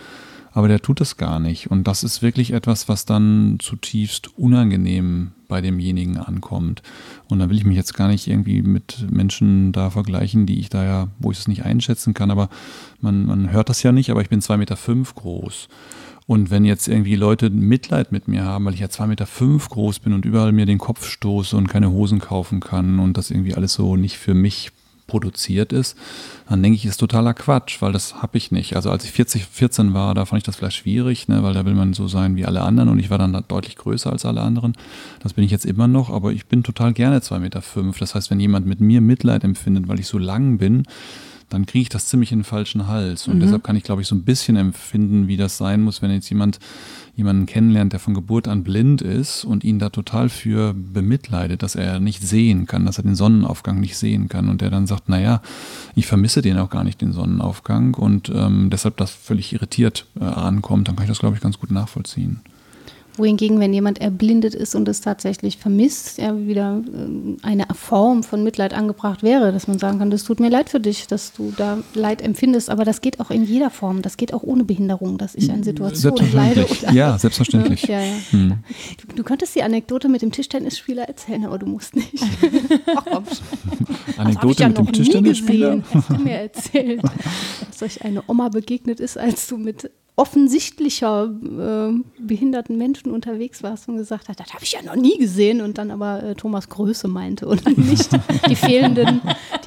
aber der tut das gar nicht. Und das ist wirklich etwas, was dann zutiefst unangenehm bei demjenigen ankommt. Und da will ich mich jetzt gar nicht irgendwie mit Menschen da vergleichen, die ich da ja, wo ich es nicht einschätzen kann, aber man hört das ja nicht, aber ich bin 2,5 Meter groß. Und wenn jetzt irgendwie Leute Mitleid mit mir haben, weil ich ja 2,5 Meter groß bin und überall mir den Kopf stoße und keine Hosen kaufen kann und das irgendwie alles so nicht für mich produziert ist, dann denke ich, ist totaler Quatsch, weil das habe ich nicht. Also als ich 14 war, da fand ich das vielleicht schwierig, ne, weil da will man so sein wie alle anderen und ich war dann deutlich größer als alle anderen. Das bin ich jetzt immer noch, aber ich bin total gerne 2,5 Meter. Das heißt, wenn jemand mit mir Mitleid empfindet, weil ich so lang bin, dann kriege ich das ziemlich in den falschen Hals. Und deshalb kann ich, glaube ich, so ein bisschen empfinden, wie das sein muss, wenn jetzt jemanden kennenlernt, der von Geburt an blind ist und ihn da total für bemitleidet, dass er nicht sehen kann, dass er den Sonnenaufgang nicht sehen kann und der dann sagt, naja, ich vermisse den auch gar nicht, den Sonnenaufgang und deshalb das völlig irritiert ankommt, dann kann ich das, glaube ich, ganz gut nachvollziehen. Wohingegen, wenn jemand erblindet ist und es tatsächlich vermisst, ja wieder eine Form von Mitleid angebracht wäre, dass man sagen kann, das tut mir leid für dich, dass du da Leid empfindest, aber das geht auch in jeder Form, das geht auch ohne Behinderung, dass ich an Situationen leide. Ja, selbstverständlich. Ja. Du könntest die Anekdote mit dem Tischtennisspieler erzählen, aber du musst nicht. Ach komm. Anekdote mit dem Tischtennisspieler? Hast du mir erzählt, dass euch eine Oma begegnet ist, als du mit offensichtlicher behinderten Menschen unterwegs warst und gesagt hast, das habe ich ja noch nie gesehen und dann aber Thomas Größe meinte und nicht die fehlenden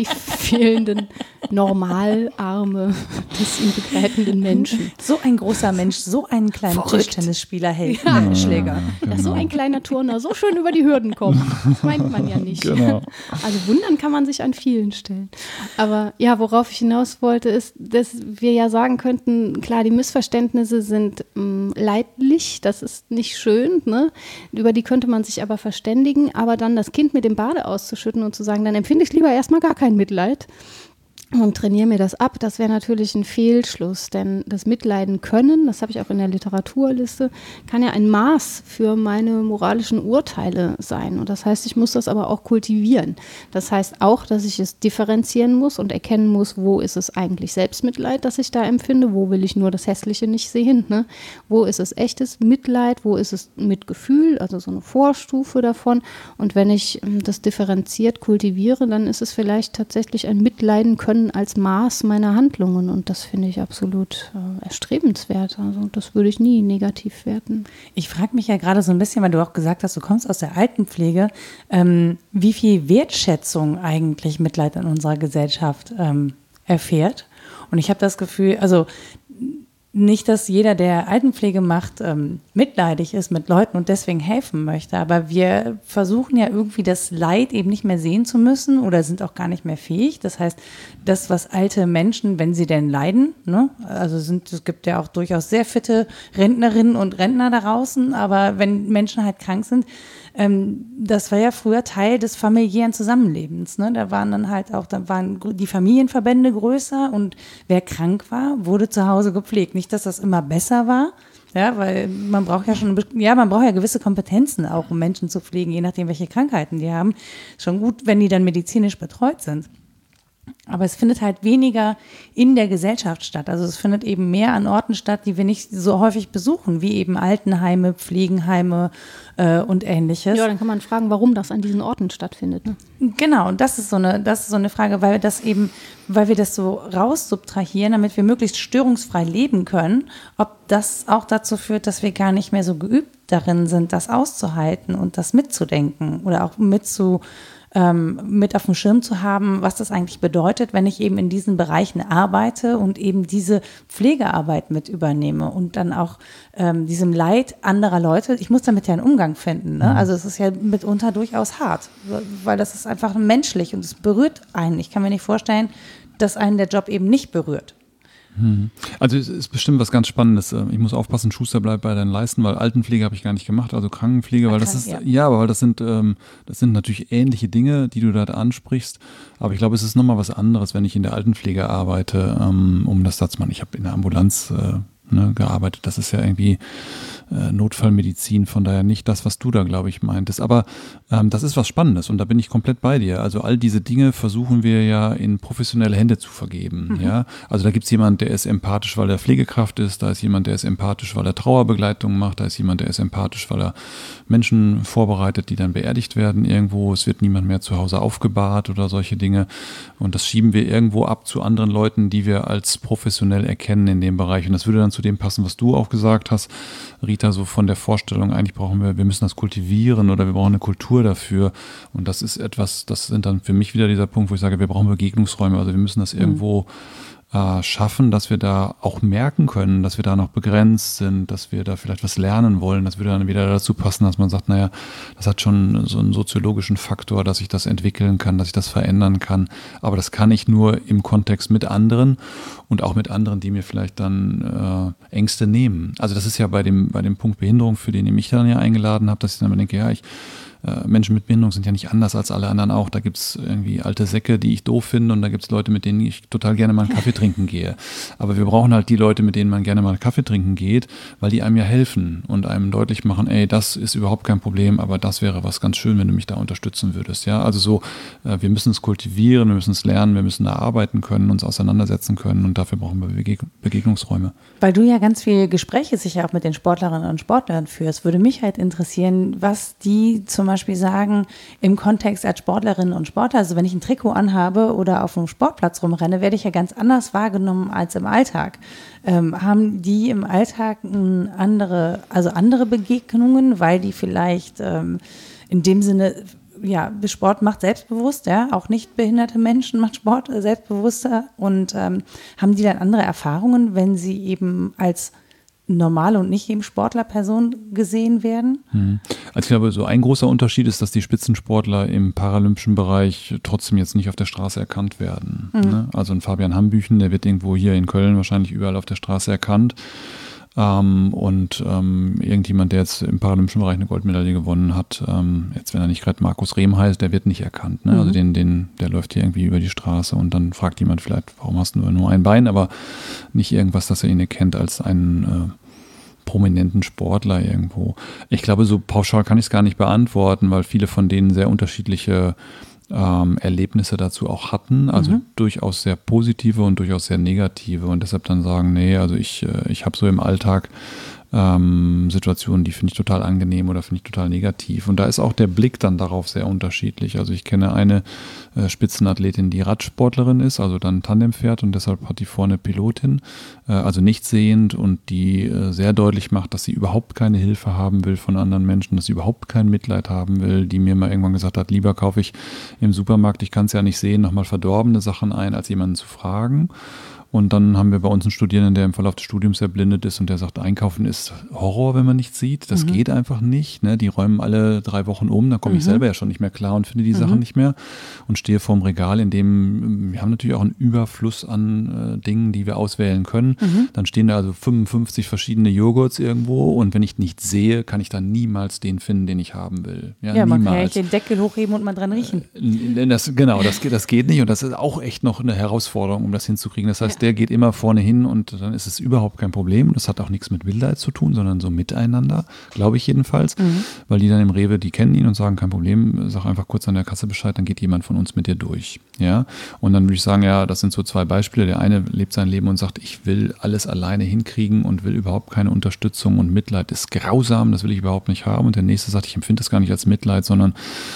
Normalarme des ihn begleitenden Menschen. So ein großer Mensch, so einen kleinen Tischtennisspieler hält Schläger. Genau. Dass so ein kleiner Turner so schön über die Hürden kommt, das meint man ja nicht. Genau. Also wundern kann man sich an vielen Stellen. Aber ja, worauf ich hinaus wollte, ist, dass wir ja sagen könnten, klar, die Missverständnisse sind leidlich, das ist nicht schön, ne? Über die könnte man sich aber verständigen, aber dann das Kind mit dem Bade auszuschütten und zu sagen, dann empfinde ich lieber erstmal gar kein Mitleid und trainiere mir das ab, das wäre natürlich ein Fehlschluss, denn das Mitleiden können, das habe ich auch in der Literaturliste, kann ja ein Maß für meine moralischen Urteile sein und das heißt, ich muss das aber auch kultivieren. Das heißt auch, dass ich es differenzieren muss und erkennen muss, wo ist es eigentlich Selbstmitleid, das ich da empfinde, wo will ich nur das Hässliche nicht sehen, ne? Wo ist es echtes Mitleid, wo ist es Mitgefühl, also so eine Vorstufe davon und wenn ich das differenziert kultiviere, dann ist es vielleicht tatsächlich ein Mitleiden können als Maß meiner Handlungen und das finde ich absolut erstrebenswert. Also das würde ich nie negativ werten. Ich frage mich ja gerade so ein bisschen, weil du auch gesagt hast, du kommst aus der Altenpflege, wie viel Wertschätzung eigentlich Mitleid in unserer Gesellschaft erfährt. Und ich habe das Gefühl, also nicht, dass jeder, der Altenpflege macht, mitleidig ist mit Leuten und deswegen helfen möchte, aber wir versuchen ja irgendwie das Leid eben nicht mehr sehen zu müssen oder sind auch gar nicht mehr fähig. Das heißt, das, was alte Menschen, wenn sie denn leiden, ne, also es gibt ja auch durchaus sehr fitte Rentnerinnen und Rentner da draußen, aber wenn Menschen halt krank sind, das war ja früher Teil des familiären Zusammenlebens, ne? Da waren die Familienverbände größer und wer krank war, wurde zu Hause gepflegt. Nicht, dass das immer besser war, ja, weil man braucht ja gewisse Kompetenzen auch, um Menschen zu pflegen, je nachdem, welche Krankheiten die haben. Schon gut, wenn die dann medizinisch betreut sind. Aber es findet halt weniger in der Gesellschaft statt. Also es findet eben mehr an Orten statt, die wir nicht so häufig besuchen, wie eben Altenheime, Pflegenheime und Ähnliches. Ja, dann kann man fragen, warum das an diesen Orten stattfindet. Ne? Genau, und das ist so eine Frage, weil wir das so raussubtrahieren, damit wir möglichst störungsfrei leben können, ob das auch dazu führt, dass wir gar nicht mehr so geübt darin sind, das auszuhalten und das mitzudenken oder auch mit auf dem Schirm zu haben, was das eigentlich bedeutet, wenn ich eben in diesen Bereichen arbeite und eben diese Pflegearbeit mit übernehme und dann auch diesem Leid anderer Leute, ich muss damit ja einen Umgang finden. Ne? Also es ist ja mitunter durchaus hart, weil das ist einfach menschlich und es berührt einen. Ich kann mir nicht vorstellen, dass einen der Job eben nicht berührt. Also es ist bestimmt was ganz Spannendes. Ich muss aufpassen, Schuster bleibt bei deinen Leisten, weil Altenpflege habe ich gar nicht gemacht, also Krankenpflege, weil das sind natürlich ähnliche Dinge, die du da ansprichst. Aber ich glaube, es ist nochmal was anderes, wenn ich in der Altenpflege arbeite, um das Satz machen. Ich habe in der Ambulanz gearbeitet. Das ist ja irgendwie Notfallmedizin, von daher nicht das, was du da, glaube ich, meintest. Aber das ist was Spannendes und da bin ich komplett bei dir. Also all diese Dinge versuchen wir ja in professionelle Hände zu vergeben. Ja? Also da gibt es jemanden, der ist empathisch, weil er Pflegekraft ist, da ist jemand, der ist empathisch, weil er Trauerbegleitung macht, da ist jemand, der ist empathisch, weil er Menschen vorbereitet, die dann beerdigt werden irgendwo. Es wird niemand mehr zu Hause aufgebahrt oder solche Dinge. Und das schieben wir irgendwo ab zu anderen Leuten, die wir als professionell erkennen in dem Bereich. Und das würde dann zu dem passen, was du auch gesagt hast, Rita, so von der Vorstellung, eigentlich wir müssen das kultivieren oder wir brauchen eine Kultur dafür. Und das ist etwas, das sind dann für mich wieder dieser Punkt, wo ich sage, wir brauchen Begegnungsräume. Also wir müssen das irgendwo schaffen, dass wir da auch merken können, dass wir da noch begrenzt sind, dass wir da vielleicht was lernen wollen. Das würde dann wieder dazu passen, dass man sagt, naja, das hat schon so einen soziologischen Faktor, dass ich das entwickeln kann, dass ich das verändern kann. Aber das kann ich nur im Kontext mit anderen und auch mit anderen, die mir vielleicht dann Ängste nehmen. Also das ist ja bei dem Punkt Behinderung, für den ihr mich dann ja eingeladen habt, dass ich dann immer denke, ja, Menschen mit Behinderung sind ja nicht anders als alle anderen auch. Da gibt es irgendwie alte Säcke, die ich doof finde und da gibt es Leute, mit denen ich total gerne mal einen Kaffee trinken gehe. Aber wir brauchen halt die Leute, mit denen man gerne mal einen Kaffee trinken geht, weil die einem ja helfen und einem deutlich machen, ey, das ist überhaupt kein Problem, aber das wäre was ganz schön, wenn du mich da unterstützen würdest. Ja, also so, wir müssen es kultivieren, wir müssen es lernen, wir müssen da arbeiten können, uns auseinandersetzen können und dafür brauchen wir Begegnungsräume. Weil du ja ganz viele Gespräche sicher auch mit den Sportlerinnen und Sportlern führst, würde mich halt interessieren, was die zum Beispiel sagen im Kontext als Sportlerinnen und Sportler. Also wenn ich ein Trikot anhabe oder auf einem Sportplatz rumrenne, werde ich ja ganz anders wahrgenommen als im Alltag. Haben die im Alltag andere Begegnungen, weil die vielleicht in dem Sinne, ja, Sport macht selbstbewusst, ja, auch nicht behinderte Menschen macht Sport selbstbewusster und haben die dann andere Erfahrungen, wenn sie eben als normale und nicht eben Sportlerperson gesehen werden? Also ich glaube, so ein großer Unterschied ist, dass die Spitzensportler im paralympischen Bereich trotzdem jetzt nicht auf der Straße erkannt werden. Ne? Also ein Fabian Hambüchen, der wird irgendwo hier in Köln wahrscheinlich überall auf der Straße erkannt. Irgendjemand, der jetzt im paralympischen Bereich eine Goldmedaille gewonnen hat, jetzt wenn er nicht gerade Markus Rehm heißt, der wird nicht erkannt. Ne? Also der läuft hier irgendwie über die Straße und dann fragt jemand vielleicht, warum hast du nur ein Bein, aber nicht irgendwas, dass er ihn erkennt als einen prominenten Sportler irgendwo. Ich glaube, so pauschal kann ich es gar nicht beantworten, weil viele von denen sehr unterschiedliche Erlebnisse dazu auch hatten, also durchaus sehr positive und durchaus sehr negative und deshalb dann sagen, nee, also ich habe so im Alltag Situationen, die finde ich total angenehm oder finde ich total negativ und da ist auch der Blick dann darauf sehr unterschiedlich. Also ich kenne eine Spitzenathletin, die Radsportlerin ist, also dann Tandem fährt und deshalb hat die vorne Pilotin, also nicht sehend und die sehr deutlich macht, dass sie überhaupt keine Hilfe haben will von anderen Menschen, dass sie überhaupt kein Mitleid haben will, die mir mal irgendwann gesagt hat, lieber kaufe ich im Supermarkt, ich kann es ja nicht sehen, nochmal verdorbene Sachen ein, als jemanden zu fragen. Und dann haben wir bei uns einen Studierenden, der im Verlauf des Studiums erblindet ist und der sagt, Einkaufen ist Horror, wenn man nichts sieht. Das geht einfach nicht. Ne? Die räumen alle 3 Wochen um, da komme ich selber ja schon nicht mehr klar und finde die Sachen nicht mehr und stehe vorm Regal, in dem wir haben natürlich auch einen Überfluss an Dingen, die wir auswählen können. Dann stehen da also 55 verschiedene Joghurts irgendwo und wenn ich nichts sehe, kann ich dann niemals den finden, den ich haben will. Ja, man kann ja nicht den Deckel hochheben und mal dran riechen. Das geht nicht und das ist auch echt noch eine Herausforderung, um das hinzukriegen. Das heißt, der geht immer vorne hin und dann ist es überhaupt kein Problem. Das hat auch nichts mit Wildheit zu tun, sondern so miteinander, glaube ich jedenfalls. Weil die dann im Rewe, die kennen ihn und sagen, kein Problem, sag einfach kurz an der Kasse Bescheid, dann geht jemand von uns mit dir durch. Ja? Und dann würde ich sagen, ja, das sind so 2 Beispiele. Der eine lebt sein Leben und sagt, ich will alles alleine hinkriegen und will überhaupt keine Unterstützung und Mitleid ist grausam, das will ich überhaupt nicht haben. Und der nächste sagt, ich empfinde das gar nicht als Mitleid, sondern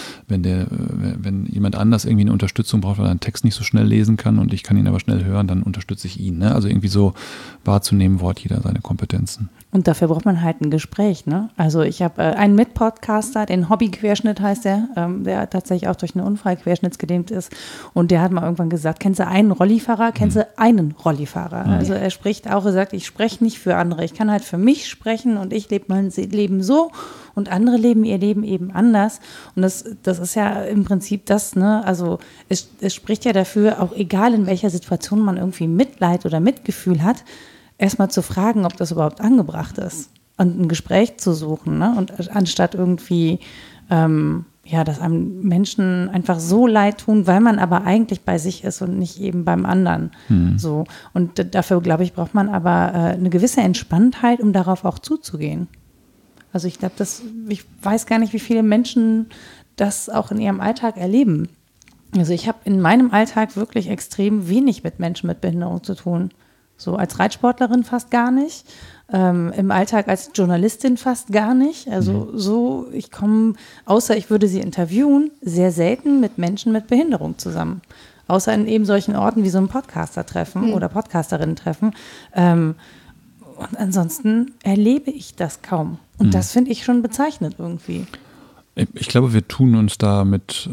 wenn jemand anders irgendwie eine Unterstützung braucht, weil er einen Text nicht so schnell lesen kann und ich kann ihn aber schnell hören, dann unterstütze ich ihn. Ne? Also irgendwie so wahrzunehmen, wo hat jeder seine Kompetenzen. Und dafür braucht man halt ein Gespräch. Ne? Also ich habe einen Mitpodcaster, den Hobbyquerschnitt heißt der tatsächlich auch durch einen Unfall querschnittsgelähmt ist. Und der hat mal irgendwann gesagt, kennst du einen Rollifahrer, kennst du einen Rollifahrer? Also er spricht auch, er sagt, ich spreche nicht für andere. Ich kann halt für mich sprechen und ich lebe mein Leben so und andere leben ihr Leben eben anders. Und das ist ja im Prinzip das, ne? Also es spricht ja dafür, auch egal in welcher Situation man irgendwie Mitleid oder Mitgefühl hat, erstmal zu fragen, ob das überhaupt angebracht ist und ein Gespräch zu suchen, ne? Und anstatt irgendwie, dass einem Menschen einfach so leid tun, weil man aber eigentlich bei sich ist und nicht eben beim anderen. So. Und dafür, glaube ich, braucht man aber eine gewisse Entspanntheit, um darauf auch zuzugehen. Also ich glaube, ich weiß gar nicht, wie viele Menschen das auch in ihrem Alltag erleben. Also ich habe in meinem Alltag wirklich extrem wenig mit Menschen mit Behinderung zu tun. So als Reitsportlerin fast gar nicht. Im Alltag als Journalistin fast gar nicht. Also ich komme, außer ich würde sie interviewen, sehr selten mit Menschen mit Behinderung zusammen. Außer in eben solchen Orten wie so ein Podcaster-Treffen oder Podcasterinnen-Treffen. Und ansonsten erlebe ich das kaum. Und das finde ich schon bezeichnend irgendwie. Ich glaube, wir tun uns damit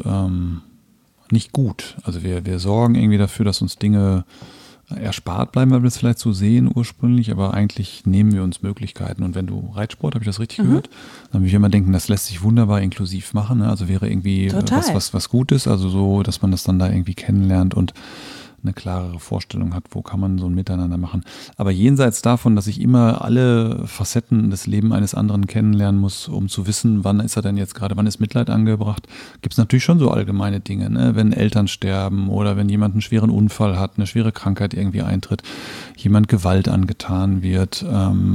nicht gut. Also wir sorgen irgendwie dafür, dass uns Dinge erspart bleiben, weil wir es vielleicht so sehen ursprünglich, aber eigentlich nehmen wir uns Möglichkeiten. Und wenn du Reitsport, habe ich das richtig gehört, dann würde ich immer denken, das lässt sich wunderbar inklusiv machen. Ne? Also wäre irgendwie was Gutes, also so, dass man das dann da irgendwie kennenlernt und eine klarere Vorstellung hat, wo kann man so ein Miteinander machen. Aber jenseits davon, dass ich immer alle Facetten des Lebens eines anderen kennenlernen muss, um zu wissen, wann ist er denn jetzt gerade, wann ist Mitleid angebracht, gibt es natürlich schon so allgemeine Dinge, ne? Wenn Eltern sterben oder wenn jemand einen schweren Unfall hat, eine schwere Krankheit irgendwie eintritt, jemand Gewalt angetan wird,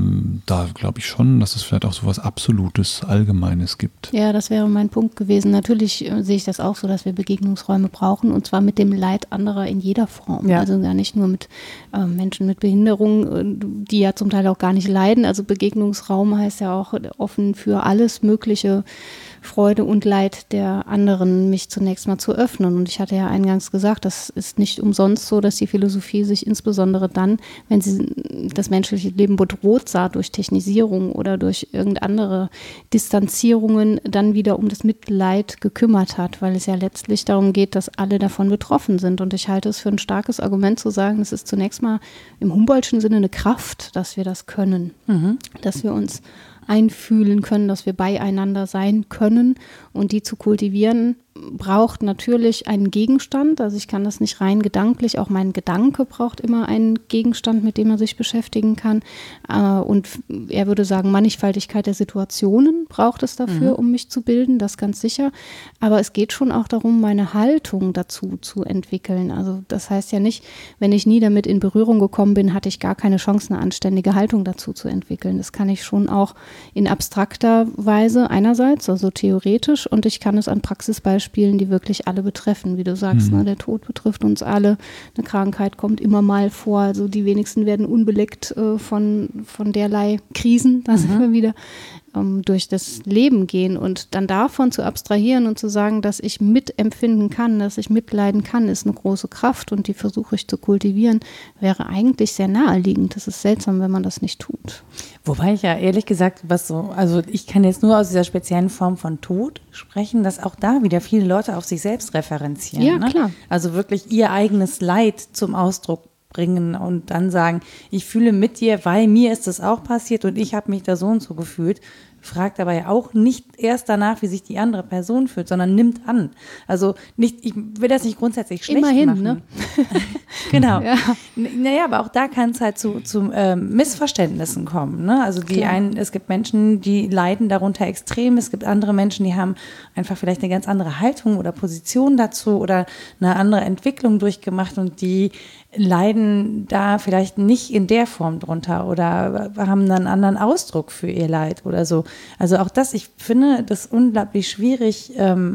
da glaube ich schon, dass es vielleicht auch so was Absolutes, Allgemeines gibt. Ja, das wäre mein Punkt gewesen. Natürlich sehe ich das auch so, dass wir Begegnungsräume brauchen und zwar mit dem Leid anderer in jeder Form. Ja. Also gar nicht nur mit Menschen mit Behinderung, die ja zum Teil auch gar nicht leiden. Also Begegnungsraum heißt ja auch offen für alles mögliche Freude und Leid der anderen, mich zunächst mal zu öffnen. Und ich hatte ja eingangs gesagt, das ist nicht umsonst so, dass die Philosophie sich insbesondere dann, wenn sie das menschliche Leben bedroht sah durch Technisierung oder durch irgendeine andere Distanzierungen, dann wieder um das Mitleid gekümmert hat, weil es ja letztlich darum geht, dass alle davon betroffen sind. Und ich halte es für ein starkes Argument zu sagen, es ist zunächst mal im Humboldtschen Sinne eine Kraft, dass wir das können, dass wir uns einfühlen können, dass wir beieinander sein können und die zu kultivieren braucht natürlich einen Gegenstand, also ich kann das nicht rein gedanklich, auch mein Gedanke braucht immer einen Gegenstand, mit dem er sich beschäftigen kann und er würde sagen, Mannigfaltigkeit der Situationen braucht es dafür, um mich zu bilden, das ganz sicher, aber es geht schon auch darum, meine Haltung dazu zu entwickeln, also das heißt ja nicht, wenn ich nie damit in Berührung gekommen bin, hatte ich gar keine Chance, eine anständige Haltung dazu zu entwickeln, das kann ich schon auch in abstrakter Weise einerseits, also theoretisch und ich kann es an Praxisbeispielen, die wirklich alle betreffen, wie du sagst, ne, der Tod betrifft uns alle, eine Krankheit kommt immer mal vor, also die wenigsten werden unbeleckt von derlei Krisen, da sind wir wieder, durch das Leben gehen und dann davon zu abstrahieren und zu sagen, dass ich mitempfinden kann, dass ich mitleiden kann, ist eine große Kraft und die versuche ich zu kultivieren, wäre eigentlich sehr naheliegend. Das ist seltsam, wenn man das nicht tut. Wobei ich ja ehrlich gesagt, also ich kann jetzt nur aus dieser speziellen Form von Tod sprechen, dass auch da wieder viele Leute auf sich selbst referenzieren. Ja, ne? klar. Also wirklich ihr eigenes Leid zum Ausdruck bringen und dann sagen, ich fühle mit dir, weil mir ist das auch passiert und ich habe mich da so und so gefühlt. Fragt aber ja auch nicht erst danach, wie sich die andere Person fühlt, sondern nimmt an. Also nicht, ich will das nicht grundsätzlich schlecht Immerhin, machen. ne? Genau. Ja. Naja, aber auch da kann es halt zu Missverständnissen kommen. Ne? Also es gibt Menschen, die leiden darunter extrem. Es gibt andere Menschen, die haben einfach vielleicht eine ganz andere Haltung oder Position dazu oder eine andere Entwicklung durchgemacht und die leiden da vielleicht nicht in der Form drunter oder haben dann einen anderen Ausdruck für ihr Leid oder so. Also auch das, ich finde das unglaublich schwierig,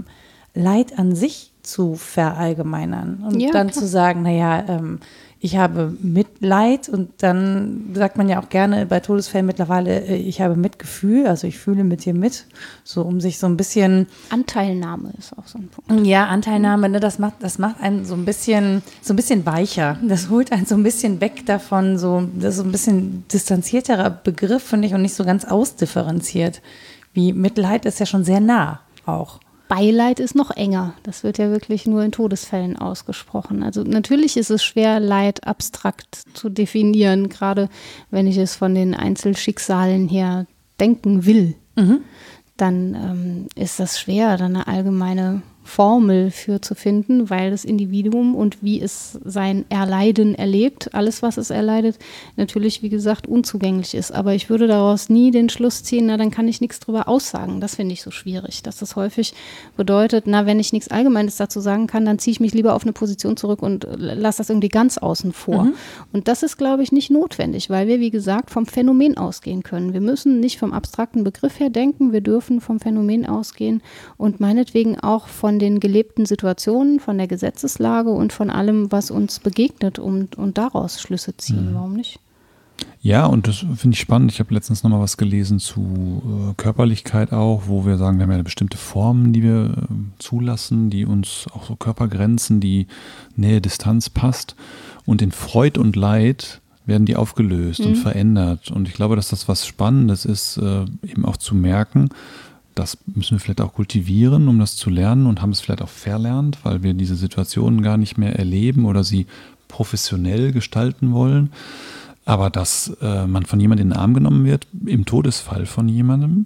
Leid an sich zu verallgemeinern und dann zu sagen, naja, ich habe Mitleid und dann sagt man ja auch gerne bei Todesfällen mittlerweile, ich habe Mitgefühl, also ich fühle mit dir mit, so um sich so ein bisschen… Anteilnahme ist auch so ein Punkt. Ja, Anteilnahme, ne, das macht einen so ein bisschen weicher. Das holt einen so ein bisschen weg davon, das ist so ein bisschen distanzierterer Begriff, finde ich, und nicht so ganz ausdifferenziert. Wie Mitleid ist ja schon sehr nah auch. Beileid ist noch enger. Das wird ja wirklich nur in Todesfällen ausgesprochen. Also natürlich ist es schwer, Leid abstrakt zu definieren, gerade wenn ich es von den Einzelschicksalen her denken will. Dann ist das schwer, dann eine allgemeine Formel für zu finden, weil das Individuum und wie es sein Erleiden erlebt, alles, was es erleidet, natürlich, wie gesagt, unzugänglich ist. Aber ich würde daraus nie den Schluss ziehen, na, dann kann ich nichts drüber aussagen. Das finde ich so schwierig, dass das häufig bedeutet, na, wenn ich nichts Allgemeines dazu sagen kann, dann ziehe ich mich lieber auf eine Position zurück und lasse das irgendwie ganz außen vor. Und das ist, glaube ich, nicht notwendig, weil wir, wie gesagt, vom Phänomen ausgehen können. Wir müssen nicht vom abstrakten Begriff her denken, wir dürfen vom Phänomen ausgehen und meinetwegen auch von den gelebten Situationen, von der Gesetzeslage und von allem, was uns begegnet und daraus Schlüsse ziehen. Warum nicht? Ja, und das finde ich spannend. Ich habe letztens nochmal was gelesen zu Körperlichkeit auch, wo wir sagen, wir haben ja bestimmte Formen, die wir zulassen, die uns auch so Körpergrenzen, die Nähe, Distanz passt. Und in Freud und Leid werden die aufgelöst und verändert. Und ich glaube, dass das was Spannendes ist, eben auch zu merken, das müssen wir vielleicht auch kultivieren, um das zu lernen und haben es vielleicht auch verlernt, weil wir diese Situationen gar nicht mehr erleben oder sie professionell gestalten wollen. Aber dass man von jemandem in den Arm genommen wird, im Todesfall von jemandem,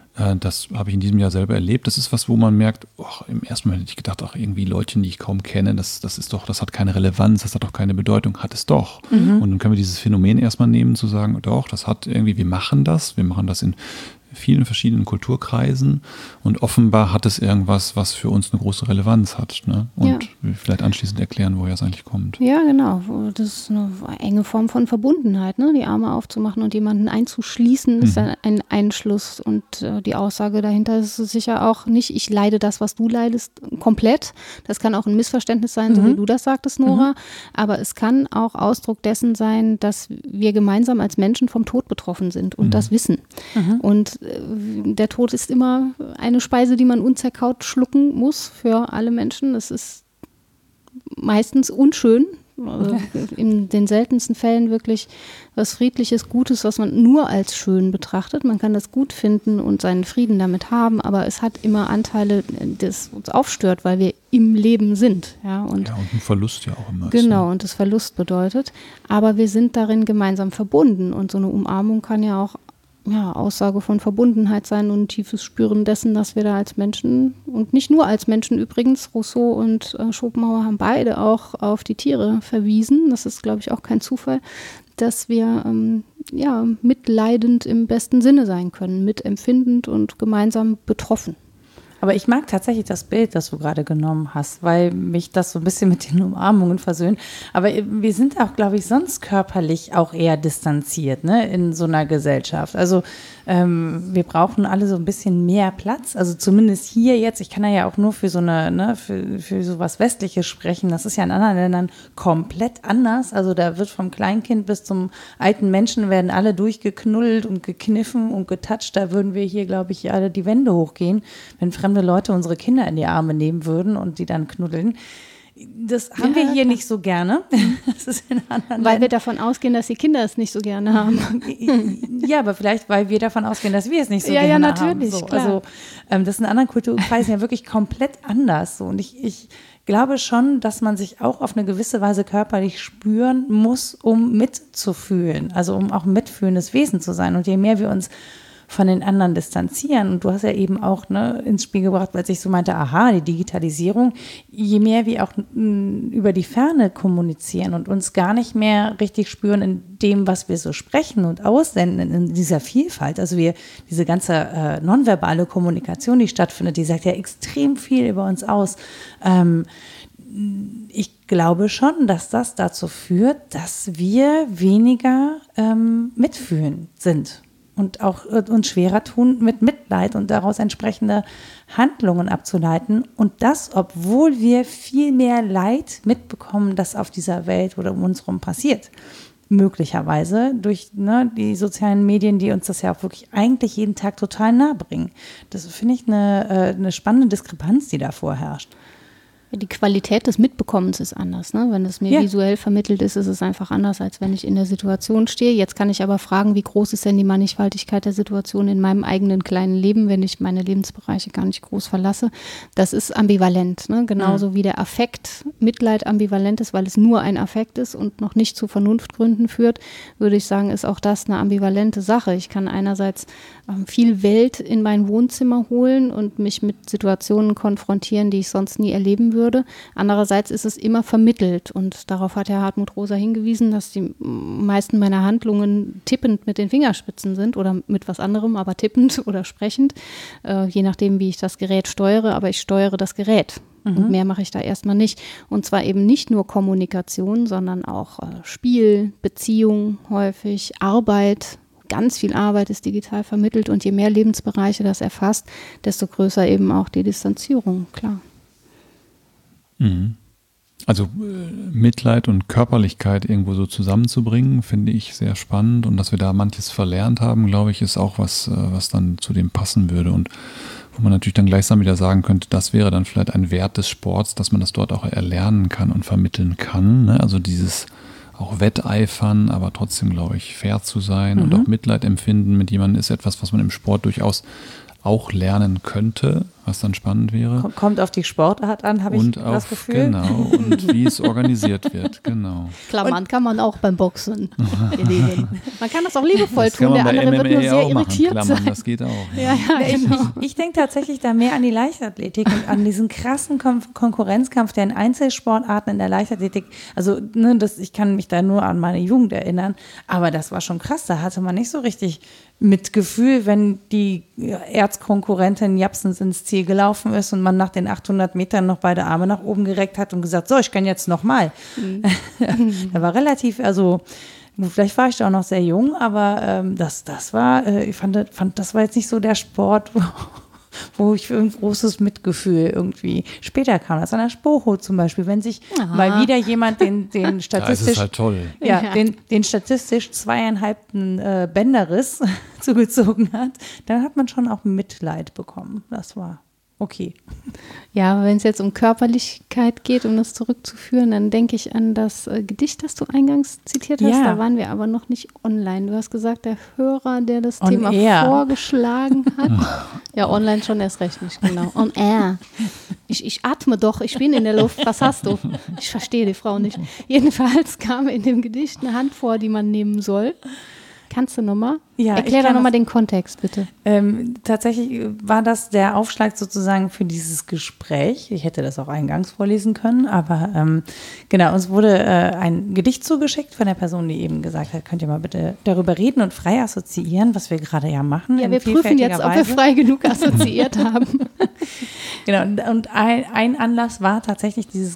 das habe ich in diesem Jahr selber erlebt. Das ist was, wo man merkt, im ersten Moment hätte ich gedacht, irgendwie Leutchen, die ich kaum kenne, das hat keine Relevanz, das hat doch keine Bedeutung, hat es doch. Und dann können wir dieses Phänomen erstmal nehmen, zu sagen, doch, das hat irgendwie, wir machen das in vielen verschiedenen Kulturkreisen und offenbar hat es irgendwas, was für uns eine große Relevanz hat, ne? Und vielleicht anschließend erklären, woher es eigentlich kommt. Ja, genau. Das ist eine enge Form von Verbundenheit, ne? Die Arme aufzumachen und jemanden einzuschließen, ist ein Einschluss und die Aussage dahinter ist sicher auch nicht, ich leide das, was du leidest, komplett. Das kann auch ein Missverständnis sein, so wie du das sagtest, Nora, aber es kann auch Ausdruck dessen sein, dass wir gemeinsam als Menschen vom Tod betroffen sind und das wissen. Und der Tod ist immer eine Speise, die man unzerkaut schlucken muss für alle Menschen. Das ist meistens unschön. Also in den seltensten Fällen wirklich was Friedliches, Gutes, was man nur als schön betrachtet. Man kann das gut finden und seinen Frieden damit haben, aber es hat immer Anteile, das uns aufstört, weil wir im Leben sind. Ja, und ein Verlust ja auch immer. Genau, und das Verlust bedeutet. Aber wir sind darin gemeinsam verbunden und so eine Umarmung kann ja auch Aussage von Verbundenheit sein und ein tiefes Spüren dessen, dass wir da als Menschen und nicht nur als Menschen übrigens, Rousseau und Schopenhauer haben beide auch auf die Tiere verwiesen, das ist, glaube ich, auch kein Zufall, dass wir mitleidend im besten Sinne sein können, mitempfindend und gemeinsam betroffen. Aber ich mag tatsächlich das Bild, das du gerade genommen hast, weil mich das so ein bisschen mit den Umarmungen versöhnt. Aber wir sind auch, glaube ich, sonst körperlich auch eher distanziert, ne, in so einer Gesellschaft. Also wir brauchen alle so ein bisschen mehr Platz. Also zumindest hier jetzt, ich kann ja auch nur für so eine, für so was Westliches sprechen. Das ist ja in anderen Ländern komplett anders. Also da wird vom Kleinkind bis zum alten Menschen werden alle durchgeknuddelt und gekniffen und getatscht. Da würden wir hier, glaube ich, alle die Wände hochgehen, wenn fremde Leute unsere Kinder in die Arme nehmen würden und die dann knuddeln. Das haben wir hier nicht so gerne. Das ist in anderen Weil wir davon ausgehen, dass die Kinder es nicht so gerne haben. Ja, aber vielleicht, weil wir davon ausgehen, dass wir es nicht so gerne haben. Ja, natürlich, so. Klar. Also das ist in anderen Kulturkreisen ja wirklich komplett anders. So. Und ich glaube schon, dass man sich auch auf eine gewisse Weise körperlich spüren muss, um mitzufühlen. Also um auch ein mitfühlendes Wesen zu sein. Und je mehr wir uns von den anderen distanzieren. Und du hast ja eben auch ins Spiel gebracht, weil ich so meinte, die Digitalisierung, je mehr wir auch über die Ferne kommunizieren und uns gar nicht mehr richtig spüren in dem, was wir so sprechen und aussenden, in dieser Vielfalt. Also diese ganze nonverbale Kommunikation, die stattfindet, die sagt ja extrem viel über uns aus. Ich glaube schon, dass das dazu führt, dass wir weniger mitfühlend sind. Und auch uns schwerer tun, mit Mitleid und daraus entsprechende Handlungen abzuleiten. Und das, obwohl wir viel mehr Leid mitbekommen, das auf dieser Welt oder um uns herum passiert. Möglicherweise durch die sozialen Medien, die uns das ja auch wirklich eigentlich jeden Tag total nahe bringen. Das finde ich eine spannende Diskrepanz, die da vorherrscht. Die Qualität des Mitbekommens ist anders. Ne? Wenn es mir visuell vermittelt ist, ist es einfach anders, als wenn ich in der Situation stehe. Jetzt kann ich aber fragen, wie groß ist denn die Mannigfaltigkeit der Situation in meinem eigenen kleinen Leben, wenn ich meine Lebensbereiche gar nicht groß verlasse. Das ist ambivalent. Ne? Genauso wie der Affekt Mitleid ambivalent ist, weil es nur ein Affekt ist und noch nicht zu Vernunftgründen führt, würde ich sagen, ist auch das eine ambivalente Sache. Ich kann einerseits viel Welt in mein Wohnzimmer holen und mich mit Situationen konfrontieren, die ich sonst nie erleben würde. Andererseits ist es immer vermittelt und darauf hat Herr Hartmut Rosa hingewiesen, dass die meisten meiner Handlungen tippend mit den Fingerspitzen sind oder mit was anderem, aber tippend oder sprechend, je nachdem, wie ich das Gerät steuere, aber ich steuere das Gerät. Und mehr mache ich da erstmal nicht. Und zwar eben nicht nur Kommunikation, sondern auch Spiel, Beziehung häufig, Arbeit. Ganz viel Arbeit ist digital vermittelt und je mehr Lebensbereiche das erfasst, desto größer eben auch die Distanzierung, klar. Also Mitleid und Körperlichkeit irgendwo so zusammenzubringen, finde ich sehr spannend. Und dass wir da manches verlernt haben, glaube ich, ist auch was dann zu dem passen würde. Und wo man natürlich dann gleichsam wieder sagen könnte, das wäre dann vielleicht ein Wert des Sports, dass man das dort auch erlernen kann und vermitteln kann. Ne? Also dieses auch Wetteifern, aber trotzdem, glaube ich, fair zu sein und auch Mitleid empfinden mit jemandem ist etwas, was man im Sport durchaus auch lernen könnte, was dann spannend wäre. Kommt auf die Sportart an, habe ich das Gefühl. Genau, und wie es organisiert wird, genau. Klammern kann man auch beim Boxen. Man kann das auch liebevoll das tun, der andere wird nur sehr irritiert sein. Das geht auch. Ja, genau. Ich denke tatsächlich da mehr an die Leichtathletik und an diesen krassen Konkurrenzkampf, der in Einzelsportarten in der Leichtathletik, also ich kann mich da nur an meine Jugend erinnern, aber das war schon krass, da hatte man nicht so richtig Mitgefühl, wenn die Erzkonkurrentin japsens ins Ziel gelaufen ist und man nach den 800 Metern noch beide Arme nach oben gereckt hat und gesagt, so, ich kann jetzt noch mal. Da war relativ, also vielleicht war ich da auch noch sehr jung, aber das war, ich fand, das war jetzt nicht so der Sport, wo ich für ein großes Mitgefühl irgendwie später kam. Das an der Spoho zum Beispiel, wenn sich mal wieder jemand den statistisch, das ist halt toll. Den statistisch 2,5 Bänderriss zugezogen hat, dann hat man schon auch Mitleid bekommen. Das war okay. Ja, aber wenn es jetzt um Körperlichkeit geht, um das zurückzuführen, dann denke ich an das Gedicht, das du eingangs zitiert hast. Ja. Da waren wir aber noch nicht online. Du hast gesagt, der Hörer, der das Thema vorgeschlagen hat. Ja, online schon erst recht nicht, genau. On air. Ich atme doch, ich bin in der Luft. Was hast du? Ich verstehe die Frau nicht. Jedenfalls kam in dem Gedicht eine Hand vor, die man nehmen soll. Kannst du nochmal? Ja, erklär doch nochmal den Kontext, bitte. Tatsächlich war das der Aufschlag sozusagen für dieses Gespräch. Ich hätte das auch eingangs vorlesen können, aber genau, uns wurde ein Gedicht zugeschickt von der Person, die eben gesagt hat, könnt ihr mal bitte darüber reden und frei assoziieren, was wir gerade ja machen. Ja, wir prüfen jetzt, ob wir frei genug assoziiert haben. Genau, und ein Anlass war tatsächlich dieses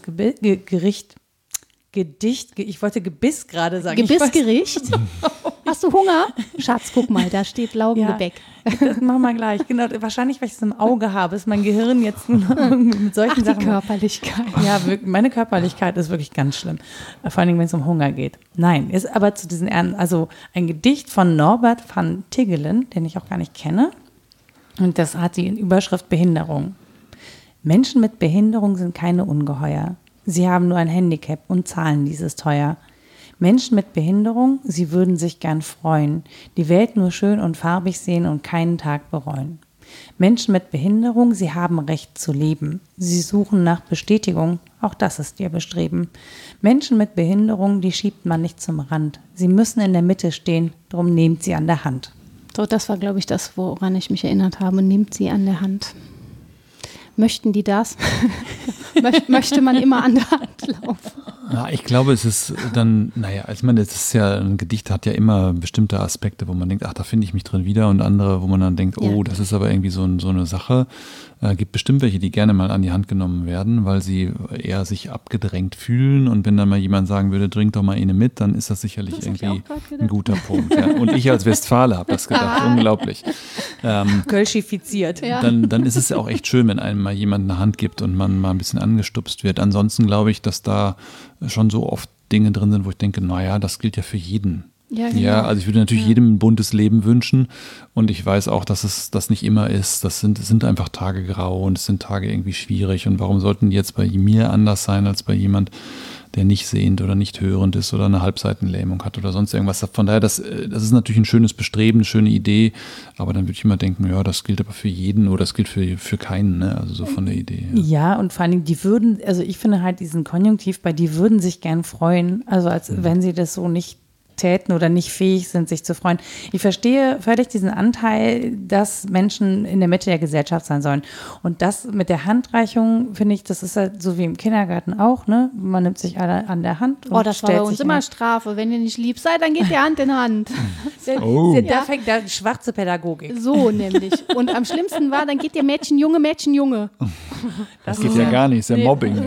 Gedicht, ich wollte Gebiss gerade sagen. Gebissgericht? Hast du Hunger? Schatz, guck mal, da steht Laugengebäck. Ja, das machen wir gleich. Genau, wahrscheinlich, weil ich es im Auge habe, ist mein Gehirn jetzt nur mit solchen Sachen. Die Körperlichkeit. Ja, meine Körperlichkeit ist wirklich ganz schlimm. Vor allem, wenn es um Hunger geht. Nein, ist aber zu diesen also ein Gedicht von Norbert van Tiggelen, den ich auch gar nicht kenne. Und das hat die Überschrift Behinderung. Menschen mit Behinderung sind keine Ungeheuer. Sie haben nur ein Handicap und zahlen dieses teuer. Menschen mit Behinderung, sie würden sich gern freuen, die Welt nur schön und farbig sehen und keinen Tag bereuen. Menschen mit Behinderung, sie haben Recht zu leben. Sie suchen nach Bestätigung, auch das ist ihr Bestreben. Menschen mit Behinderung, die schiebt man nicht zum Rand. Sie müssen in der Mitte stehen, drum nehmt sie an der Hand. So, das war, glaube ich, das, woran ich mich erinnert habe. Nehmt sie an der Hand. Möchten die das? Möchte man immer an der Hand laufen? Ja, ich glaube, es ist dann, ich meine, das ist ja, ein Gedicht hat ja immer bestimmte Aspekte, wo man denkt, ach, da finde ich mich drin wieder und andere, wo man dann denkt, oh, das ist aber irgendwie so eine Sache. Gibt bestimmt welche, die gerne mal an die Hand genommen werden, weil sie eher sich abgedrängt fühlen und wenn dann mal jemand sagen würde, trink doch mal eine mit, dann ist das sicherlich irgendwie ein guter Punkt. Ja. Und ich als Westfale habe das gedacht, unglaublich. Kölschifiziert. Dann ist es ja auch echt schön, wenn einem mal jemand eine Hand gibt und man mal ein bisschen angestupst wird. Ansonsten glaube ich, dass da schon so oft Dinge drin sind, wo ich denke, das gilt ja für jeden. Ja, genau. Ja, also ich würde natürlich jedem ein buntes Leben wünschen und ich weiß auch, dass es das nicht immer ist. Es sind einfach Tage grau und es sind Tage irgendwie schwierig und warum sollten die jetzt bei mir anders sein als bei jemand, der nicht sehend oder nicht hörend ist oder eine Halbseitenlähmung hat oder sonst irgendwas. Von daher, das ist natürlich ein schönes Bestreben, eine schöne Idee, aber dann würde ich immer denken, ja, das gilt aber für jeden oder das gilt für keinen, ne? Also so von der Idee. Ja, und vor allen Dingen, also ich finde halt diesen Konjunktiv, die würden sich gern freuen, also als wenn sie das so nicht täten oder nicht fähig sind, sich zu freuen. Ich verstehe völlig diesen Anteil, dass Menschen in der Mitte der Gesellschaft sein sollen. Und das mit der Handreichung, finde ich, das ist halt so wie im Kindergarten auch, ne? Man nimmt sich alle an der Hand. Und das war bei uns immer Strafe. Wenn ihr nicht lieb seid, dann geht ihr Hand in Hand. Da fängt die schwarze Pädagogik. So nämlich. Und am schlimmsten war, dann geht ihr Mädchen, Junge, Mädchen, Junge. Das geht ja gar nicht, ist ja Mobbing.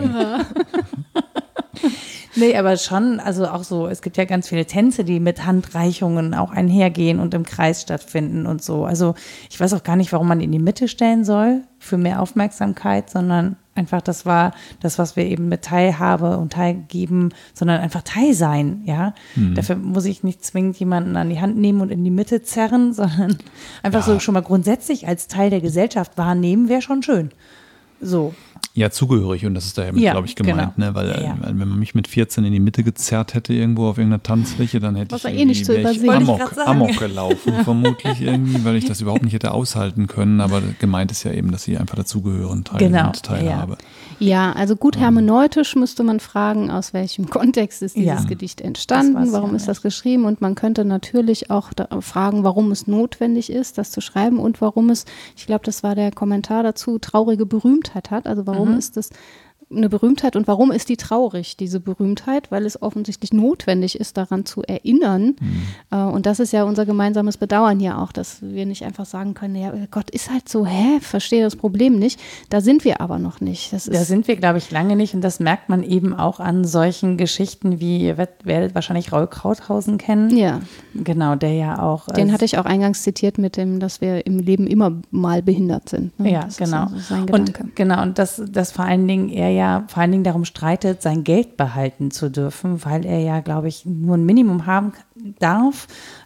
Nee, aber schon, also auch so, es gibt ja ganz viele Tänze, die mit Handreichungen auch einhergehen und im Kreis stattfinden und so. Also ich weiß auch gar nicht, warum man in die Mitte stellen soll für mehr Aufmerksamkeit, sondern einfach, das war das, was wir eben mit Teilhabe und Teilgeben, sondern einfach Teil sein, ja. Dafür muss ich nicht zwingend jemanden an die Hand nehmen und in die Mitte zerren, sondern einfach so schon mal grundsätzlich als Teil der Gesellschaft wahrnehmen, wäre schon schön. So. Ja, zugehörig und das ist da glaube ich, gemeint, genau. Ne? Weil wenn man mich mit 14 in die Mitte gezerrt hätte irgendwo auf irgendeiner Tanzfläche, dann hätte ich Amok gelaufen, vermutlich irgendwie, weil ich das überhaupt nicht hätte aushalten können, aber gemeint ist ja eben, dass sie einfach dazugehören, Teilhabe. Ja, also gut hermeneutisch müsste man fragen, aus welchem Kontext ist dieses Gedicht entstanden, warum ist das geschrieben und man könnte natürlich auch fragen, warum es notwendig ist, das zu schreiben und warum es, ich glaube, das war der Kommentar dazu, traurige Berühmtheit hat, also warum ist das eine Berühmtheit und warum ist die traurig, diese Berühmtheit? Weil es offensichtlich notwendig ist, daran zu erinnern. Und das ist ja unser gemeinsames Bedauern hier auch, dass wir nicht einfach sagen können, ja, Gott ist halt so, verstehe das Problem nicht. Da sind wir aber noch nicht. Da sind wir, glaube ich, lange nicht und das merkt man eben auch an solchen Geschichten wie, ihr werdet wahrscheinlich Raul Krauthausen kennen. Ja. Genau, der ja auch. Den hatte ich auch eingangs zitiert mit dem, dass wir im Leben immer mal behindert sind. Ne? Ja, das genau. ist also sein Gedanke. Und das vor allen Dingen vor allen Dingen darum streitet, sein Geld behalten zu dürfen, weil er ja, glaube ich, nur ein Minimum haben darf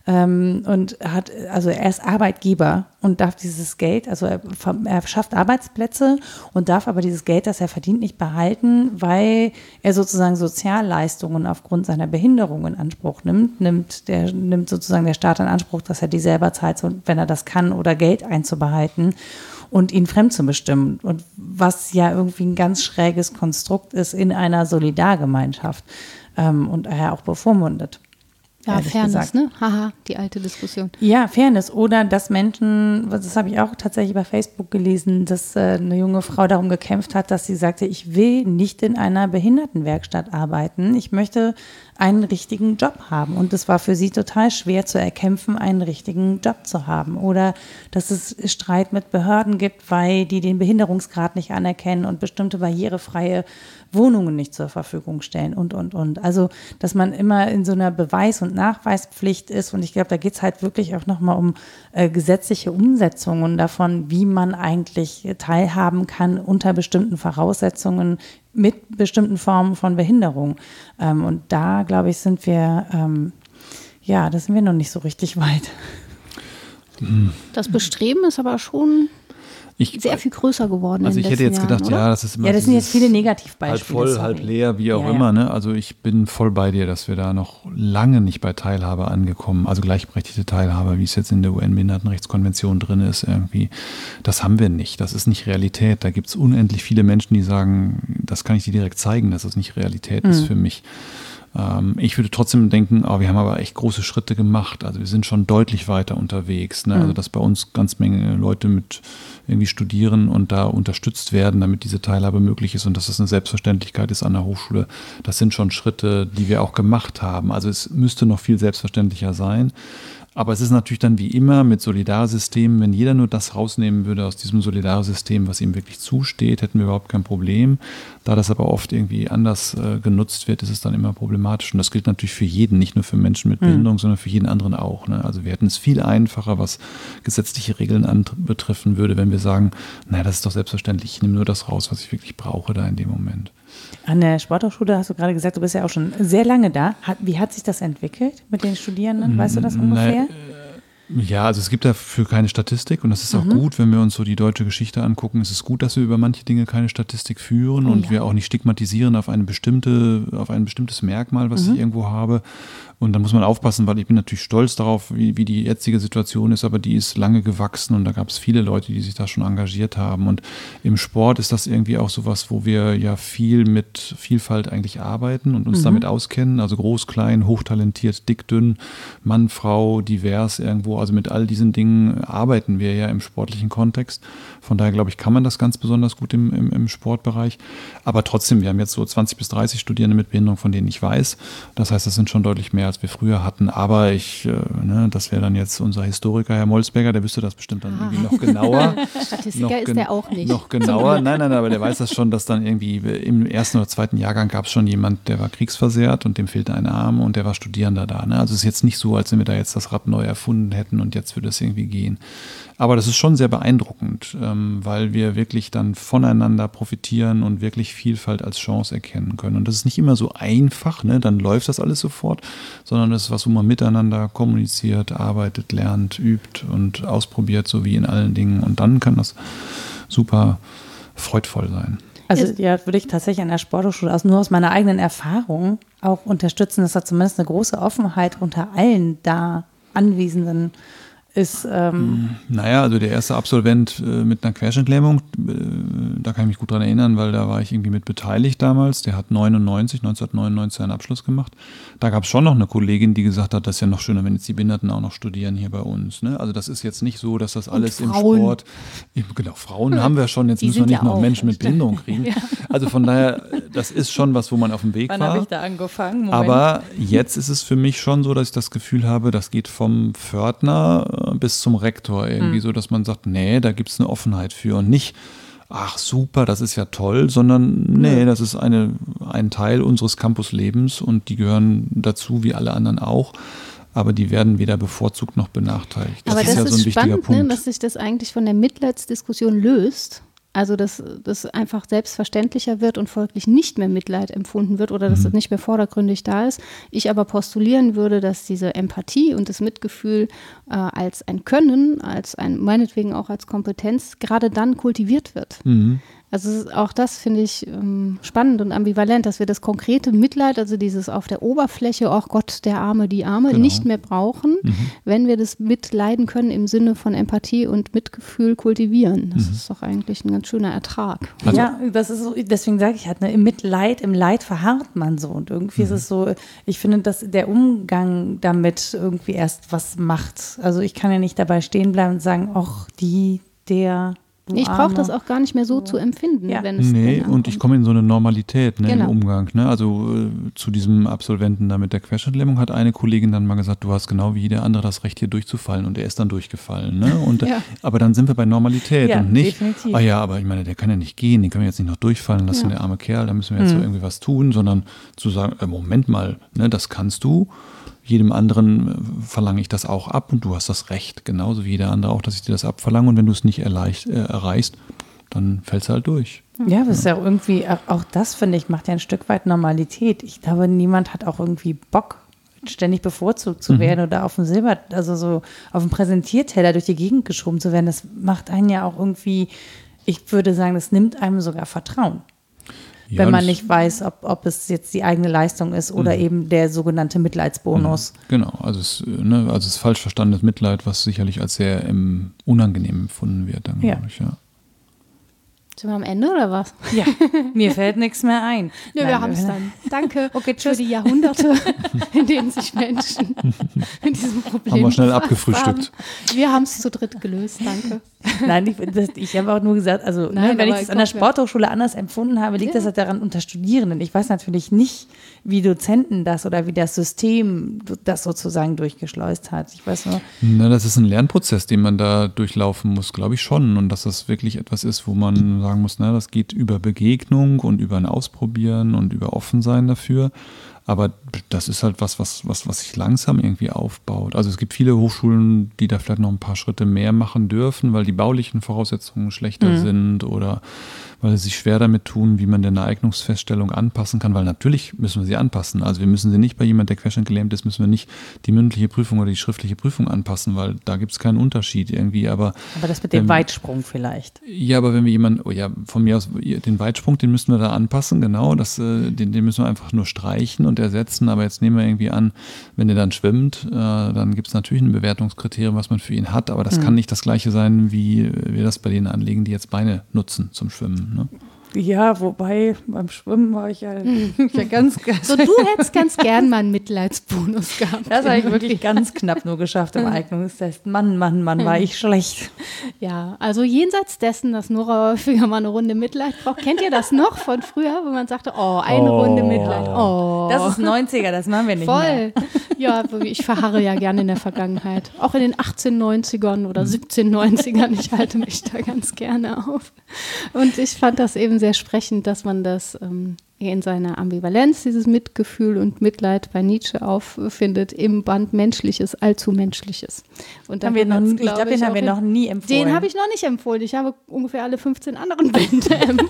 und er ist Arbeitgeber und darf dieses Geld, also er schafft Arbeitsplätze und darf aber dieses Geld, das er verdient, nicht behalten, weil er sozusagen Sozialleistungen aufgrund seiner Behinderung in Anspruch nimmt sozusagen der Staat in Anspruch, dass er die selber zahlt, wenn er das kann, oder Geld einzubehalten und ihn fremd zu bestimmen. Und was ja irgendwie ein ganz schräges Konstrukt ist in einer Solidargemeinschaft und daher auch bevormundet. Ja, Fairness, ne? Haha, die alte Diskussion. Ja, Fairness. Oder dass Menschen, das habe ich auch tatsächlich bei Facebook gelesen, dass eine junge Frau darum gekämpft hat, dass sie sagte, ich will nicht in einer Behindertenwerkstatt arbeiten. Ich möchte einen richtigen Job haben. Und es war für sie total schwer zu erkämpfen, einen richtigen Job zu haben. Oder dass es Streit mit Behörden gibt, weil die den Behinderungsgrad nicht anerkennen und bestimmte barrierefreie Wohnungen nicht zur Verfügung stellen und. Also, dass man immer in so einer Beweis- und Nachweispflicht ist. Und ich glaube, da geht es halt wirklich auch nochmal um gesetzliche Umsetzungen davon, wie man eigentlich teilhaben kann unter bestimmten Voraussetzungen mit bestimmten Formen von Behinderung. Und da, glaube ich, sind wir, da sind wir noch nicht so richtig weit. Das Bestreben ist aber schon sehr viel größer geworden. Also ich hätte jetzt gedacht, Jahren, das ist immer. Ja, das sind jetzt viele Negativbeispiele. Halb voll, halb leer, wie auch immer. Ne? Also ich bin voll bei dir, dass wir da noch lange nicht bei Teilhabe angekommen, also gleichberechtigte Teilhabe, wie es jetzt in der UN-Behindertenrechtskonvention drin ist irgendwie. Das haben wir nicht. Das ist nicht Realität. Da gibt es unendlich viele Menschen, die sagen, das kann ich dir direkt zeigen, dass das nicht Realität ist für mich. Ich würde trotzdem denken, wir haben aber echt große Schritte gemacht. Also wir sind schon deutlich weiter unterwegs. Ne? Also dass bei uns ganz Menge Leute mit irgendwie studieren und da unterstützt werden, damit diese Teilhabe möglich ist und dass das eine Selbstverständlichkeit ist an der Hochschule. Das sind schon Schritte, die wir auch gemacht haben. Also es müsste noch viel selbstverständlicher sein. Aber es ist natürlich dann wie immer mit Solidarsystemen, wenn jeder nur das rausnehmen würde aus diesem Solidarsystem, was ihm wirklich zusteht, hätten wir überhaupt kein Problem. Da das aber oft irgendwie anders genutzt wird, ist es dann immer problematisch. Und das gilt natürlich für jeden, nicht nur für Menschen mit Behinderung, sondern für jeden anderen auch. Ne? Also wir hätten es viel einfacher, was gesetzliche Regeln betreffen würde, wenn wir sagen, naja, das ist doch selbstverständlich, ich nehme nur das raus, was ich wirklich brauche da in dem Moment. An der Sporthochschule hast du gerade gesagt, du bist ja auch schon sehr lange da. Wie hat sich das entwickelt mit den Studierenden? Weißt du das ungefähr? Ja, also es gibt dafür keine Statistik und das ist auch gut, wenn wir uns so die deutsche Geschichte angucken. Es ist gut, dass wir über manche Dinge keine Statistik führen und wir auch nicht stigmatisieren auf ein bestimmtes Merkmal, was ich irgendwo habe. Und da muss man aufpassen, weil ich bin natürlich stolz darauf, wie die jetzige Situation ist, aber die ist lange gewachsen und da gab es viele Leute, die sich da schon engagiert haben. Und im Sport ist das irgendwie auch sowas, wo wir ja viel mit Vielfalt eigentlich arbeiten und uns damit auskennen. Also groß, klein, hochtalentiert, dick, dünn, Mann, Frau, divers irgendwo. Also mit all diesen Dingen arbeiten wir ja im sportlichen Kontext. Von daher, glaube ich, kann man das ganz besonders gut im Sportbereich. Aber trotzdem, wir haben jetzt so 20 bis 30 Studierende mit Behinderung, von denen ich weiß. Das heißt, das sind schon deutlich mehr, als wir früher hatten. Aber das wäre dann jetzt unser Historiker, Herr Molzberger, der wüsste das bestimmt dann irgendwie noch genauer. Statistiker ist der auch nicht. Noch genauer. Nein, aber der weiß das schon, dass dann irgendwie im ersten oder zweiten Jahrgang gab es schon jemand, der war kriegsversehrt und dem fehlte ein Arm und der war Studierender da. Ne? Also es ist jetzt nicht so, als wenn wir da jetzt das Rad neu erfunden hätten und jetzt würde es irgendwie gehen. Aber das ist schon sehr beeindruckend, weil wir wirklich dann voneinander profitieren und wirklich Vielfalt als Chance erkennen können. Und das ist nicht immer so einfach, ne? Dann läuft das alles sofort, sondern das ist was, wo man miteinander kommuniziert, arbeitet, lernt, übt und ausprobiert, so wie in allen Dingen. Und dann kann das super freudvoll sein. Also ja, würde ich tatsächlich an der Sporthochschule nur aus meiner eigenen Erfahrung auch unterstützen, dass da zumindest eine große Offenheit unter allen da Anwesenden ist. Naja, also der erste Absolvent mit einer Querschnittlähmung, da kann ich mich gut dran erinnern, weil da war ich irgendwie mit beteiligt damals. Der hat 1999 einen Abschluss gemacht. Da gab es schon noch eine Kollegin, die gesagt hat, das ist ja noch schöner, wenn jetzt die Behinderten auch noch studieren hier bei uns. Ne? Also das ist jetzt nicht so, dass das alles im Sport... Genau, Frauen haben wir schon, jetzt müssen wir nicht noch Menschen mit Behinderung kriegen. Ja. Also von daher, das ist schon was, wo man auf dem Weg war. Wann habe ich da angefangen? Moment. Aber jetzt ist es für mich schon so, dass ich das Gefühl habe, das geht vom Pförtner bis zum Rektor irgendwie so, dass man sagt, nee, da gibt es eine Offenheit für und nicht, ach super, das ist ja toll, sondern nee, das ist ein Teil unseres Campuslebens und die gehören dazu, wie alle anderen auch. Aber die werden weder bevorzugt noch benachteiligt. Das ist ja so ein wichtiger Punkt. Dass sich das eigentlich von der Mitleidsdiskussion löst. Also, dass das einfach selbstverständlicher wird und folglich nicht mehr Mitleid empfunden wird oder dass das nicht mehr vordergründig da ist. Ich aber postulieren würde, dass diese Empathie und das Mitgefühl als ein Können, meinetwegen auch als Kompetenz, gerade dann kultiviert wird. Also auch das finde ich spannend und ambivalent, dass wir das konkrete Mitleid, also dieses auf der Oberfläche, oh Gott, der Arme, die Arme, nicht mehr brauchen, wenn wir das mitleiden können im Sinne von Empathie und Mitgefühl kultivieren. Das ist doch eigentlich ein ganz schöner Ertrag. Also, ja, das ist so, deswegen sage ich halt, ne, im Leid verharrt man so und irgendwie ist es so, ich finde, dass der Umgang damit irgendwie erst was macht. Also ich kann ja nicht dabei stehen bleiben und sagen, ach, der... Ich brauche das auch gar nicht mehr so zu empfinden. Ja. Wenn es und ich komme in so eine Normalität im Umgang. Ne? Also zu diesem Absolventen da mit der Querschnittlähmung hat eine Kollegin dann mal gesagt, du hast genau wie jeder andere das Recht, hier durchzufallen. Und er ist dann durchgefallen. Ne? Und, aber dann sind wir bei Normalität und nicht, definitiv. Aber ich meine, der kann ja nicht gehen, den können wir jetzt nicht noch durchfallen lassen, der arme Kerl, da müssen wir jetzt so irgendwie was tun, sondern zu sagen, Moment mal, ne, das kannst du. Jedem anderen verlange ich das auch ab und du hast das Recht, genauso wie jeder andere auch, dass ich dir das abverlange und wenn du es nicht erreichst, dann fällst du halt durch. Ja, das ist ja irgendwie, auch das finde ich, macht ja ein Stück weit Normalität. Ich glaube, niemand hat auch irgendwie Bock, ständig bevorzugt zu werden oder auf dem also so auf dem Präsentierteller durch die Gegend geschoben zu werden. Das macht einen ja auch irgendwie, ich würde sagen, das nimmt einem sogar Vertrauen. Wenn man nicht weiß, ob es jetzt die eigene Leistung ist oder eben der sogenannte Mitleidsbonus. Genau, also es ist falsch verstandenes Mitleid, was sicherlich als sehr unangenehm empfunden wird, dann glaube ich, ja. Sind wir am Ende oder was? Ja, mir fällt nichts mehr ein. Ja, wir haben es dann. Danke für die Jahrhunderte, in denen sich Menschen in diesem Problem haben wir schnell abgefrühstückt. Wir haben es zu dritt gelöst, danke. Nein, ich habe auch nur gesagt, also wenn ich es an der Sporthochschule anders empfunden habe, liegt das halt daran unter Studierenden. Ich weiß natürlich nicht, wie Dozenten das oder wie das System das sozusagen durchgeschleust hat. Ich weiß nur. Na, das ist ein Lernprozess, den man da durchlaufen muss, glaube ich schon. Und dass das wirklich etwas ist, wo man sagen muss, na, das geht über Begegnung und über ein Ausprobieren und über Offensein dafür. Aber das ist halt was sich langsam irgendwie aufbaut. Also es gibt viele Hochschulen, die da vielleicht noch ein paar Schritte mehr machen dürfen, weil die baulichen Voraussetzungen schlechter sind oder weil sie sich schwer damit tun, wie man denn eine Eignungsfeststellung anpassen kann, weil natürlich müssen wir sie anpassen. Also wir müssen sie nicht bei jemand, der querschnittgelähmt ist, müssen wir nicht die mündliche Prüfung oder die schriftliche Prüfung anpassen, weil da gibt es keinen Unterschied irgendwie. Aber das mit dem Weitsprung vielleicht. Ja, aber wenn wir von mir aus, den Weitsprung, den müssen wir da anpassen, genau, den müssen wir einfach nur streichen und ersetzen. Aber jetzt nehmen wir irgendwie an, wenn der dann schwimmt, dann gibt es natürlich ein Bewertungskriterium, was man für ihn hat, aber das kann nicht das Gleiche sein, wie wir das bei denen anlegen, die jetzt Beine nutzen zum Schwimmen. Ne? Ja, wobei beim Schwimmen war ich ja ganz. So, du hättest ganz gern mal einen Mitleidsbonus gehabt. Das habe ich wirklich ganz knapp nur geschafft im Eignungstest. Mann, war ich schlecht. Ja, also jenseits dessen, dass Nora häufiger mal eine Runde Mitleid braucht. Kennt ihr das noch von früher, wo man sagte, eine Runde Mitleid. Oh. Das ist 90er, das machen wir nicht mehr. Voll. Ja, ich verharre ja gerne in der Vergangenheit. Auch in den 1890ern oder 1790ern. Ich halte mich da ganz gerne auf. Und ich fand das eben sehr sprechend, dass man das in seiner Ambivalenz, dieses Mitgefühl und Mitleid bei Nietzsche auffindet im Band Menschliches, allzu Menschliches. Und ich glaube, den haben wir noch nie empfohlen. Den habe ich noch nicht empfohlen. Ich habe ungefähr alle 15 anderen Bände empfohlen.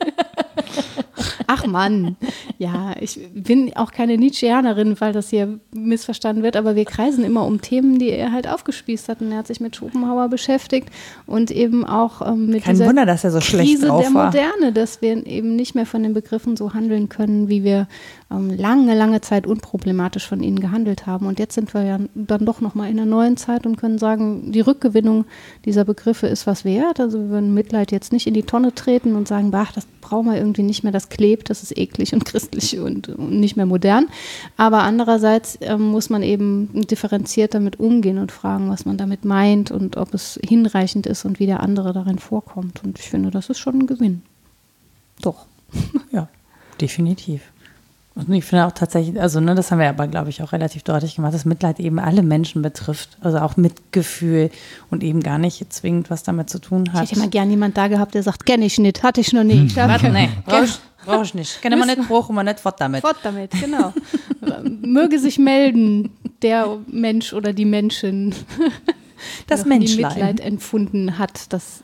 Ach Mann, ja, ich bin auch keine Nietzscheanerin, weil das hier missverstanden wird, aber wir kreisen immer um Themen, die er halt aufgespießt hat. Und er hat sich mit Schopenhauer beschäftigt und eben auch mit Kein dieser Wunder, dass er so schlecht drauf der war. Moderne, dass wir eben nicht mehr von den Begriffen so handeln können, wie wir lange Zeit unproblematisch von ihnen gehandelt haben. Und jetzt sind wir ja dann doch nochmal in einer neuen Zeit und können sagen, die Rückgewinnung dieser Begriffe ist was wert. Also wir würden Mitleid jetzt nicht in die Tonne treten und sagen, das brauchen wir irgendwie nicht mehr, das klebt, das ist eklig und christlich und nicht mehr modern. Aber andererseits muss man eben differenziert damit umgehen und fragen, was man damit meint und ob es hinreichend ist und wie der andere darin vorkommt. Und ich finde, das ist schon ein Gewinn. Doch. Ja, definitiv. Und ich finde auch tatsächlich, das haben wir aber, glaube ich, auch relativ deutlich gemacht, dass Mitleid eben alle Menschen betrifft. Also auch Mitgefühl und eben gar nicht zwingend was damit zu tun hat. Ich hätte mal gern jemand da gehabt, der sagt, kenne ich nicht, hatte ich noch nie. Nee, brauch ich nicht. Kenne man nicht, brauchen wir nicht, fort damit. Fort damit, genau. Möge sich melden, der Mensch oder die Menschen, das die Mitleid empfunden hat, das,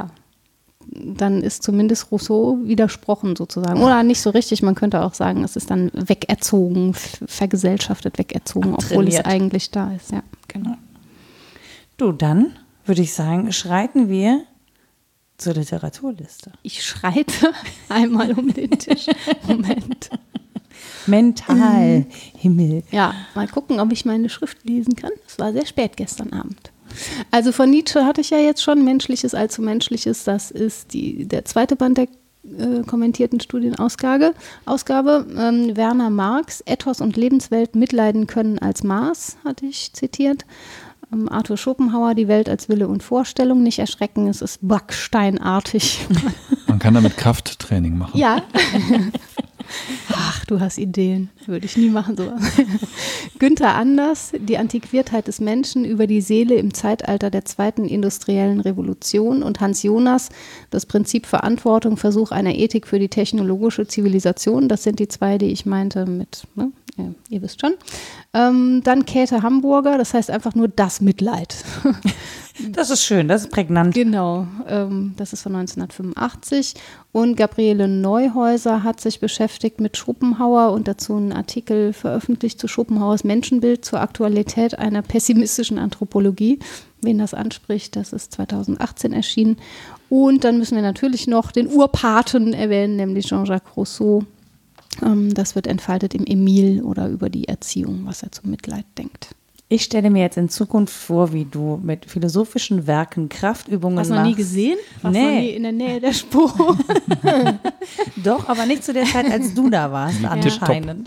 dann ist zumindest Rousseau widersprochen sozusagen. Oder nicht so richtig, man könnte auch sagen, es ist dann wegerzogen, vergesellschaftet, wegerzogen, obwohl es eigentlich da ist. Ja, genau. Du, dann würde ich sagen, schreiten wir zur Literaturliste. Ich schreite einmal um den Tisch. Moment. Mental, Himmel. Ja, mal gucken, ob ich meine Schrift lesen kann. Es war sehr spät gestern Abend. Also von Nietzsche hatte ich ja jetzt schon Menschliches, allzu Menschliches. Das ist der zweite Band der kommentierten Studienausgabe. Werner Marx, Ethos und Lebenswelt mitleiden können als Maß, hatte ich zitiert. Arthur Schopenhauer, die Welt als Wille und Vorstellung. Nicht erschrecken, es ist backsteinartig. Man kann damit Krafttraining machen. Ja. Ach, du hast Ideen. Würde ich nie machen, sowas. Günther Anders, die Antiquiertheit des Menschen über die Seele im Zeitalter der zweiten industriellen Revolution und Hans Jonas, das Prinzip Verantwortung, Versuch einer Ethik für die technologische Zivilisation. Das sind die zwei, die ich meinte mit, ja, ihr wisst schon. Dann Käthe Hamburger, das heißt einfach nur das Mitleid. Das ist schön, das ist prägnant. Genau, das ist von 1985. Und Gabriele Neuhäuser hat sich beschäftigt mit Schopenhauer und dazu einen Artikel veröffentlicht zu Schopenhauers Menschenbild zur Aktualität einer pessimistischen Anthropologie. Wen das anspricht, das ist 2018 erschienen. Und dann müssen wir natürlich noch den Urpaten erwähnen, nämlich Jean-Jacques Rousseau. Das wird entfaltet im Emile oder über die Erziehung, was er zum Mitleid denkt. Ich stelle mir jetzt in Zukunft vor, wie du mit philosophischen Werken Kraftöbungen machst. Hast du noch nie gesehen? Warst noch nie in der Nähe der Spur? Doch, aber nicht zu der Zeit, als du da warst, anscheinend.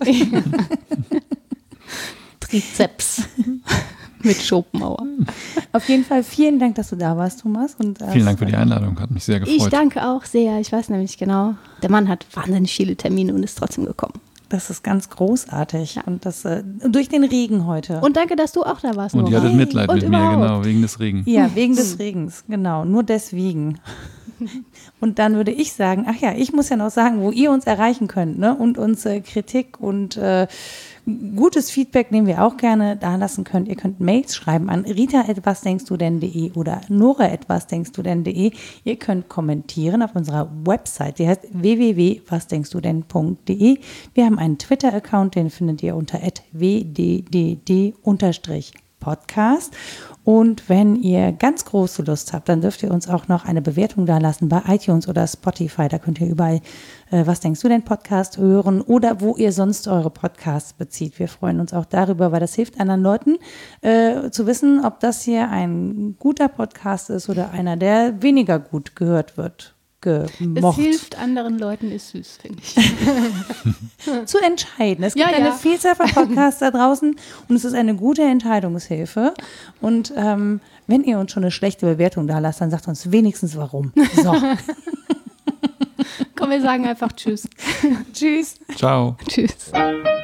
Trizeps mit Schopenhauer. Auf jeden Fall vielen Dank, dass du da warst, Thomas. Und vielen Dank für die Einladung, hat mich sehr gefreut. Ich danke auch sehr, ich weiß nämlich genau, der Mann hat wahnsinnig viele Termine und ist trotzdem gekommen. Das ist ganz großartig. Ja. Und das durch den Regen heute. Und danke, dass du auch da warst. Und ihr hattet Mitleid mit mir, genau, wegen des Regens. Ja, wegen des Regens, genau. Nur deswegen. Und dann würde ich sagen, ach ja, ich muss ja noch sagen, wo ihr uns erreichen könnt, ne? Und uns Kritik und gutes Feedback nehmen wir auch gerne da lassen könnt. Ihr könnt Mails schreiben an rita@wasdenkstudenn.de oder nora@wasdenkstudenn.de. Ihr könnt kommentieren auf unserer Website, die heißt www.wasdenkstudenn.de. Wir haben einen Twitter-Account, den findet ihr unter @wddd_podcast. Und wenn ihr ganz große Lust habt, dann dürft ihr uns auch noch eine Bewertung da lassen bei iTunes oder Spotify. Da könnt ihr überall Was denkst du denn Podcast hören oder wo ihr sonst eure Podcasts bezieht. Wir freuen uns auch darüber, weil das hilft anderen Leuten zu wissen, ob das hier ein guter Podcast ist oder einer, der weniger gut gehört wird. Gemocht. Es hilft anderen Leuten, ist süß, finde ich. Zu entscheiden. Es gibt eine Vielzahl von Podcasts da draußen und es ist eine gute Entscheidungshilfe. Und wenn ihr uns schon eine schlechte Bewertung da lasst, dann sagt uns wenigstens warum. So. Komm, wir sagen einfach Tschüss. Tschüss. Ciao. Tschüss.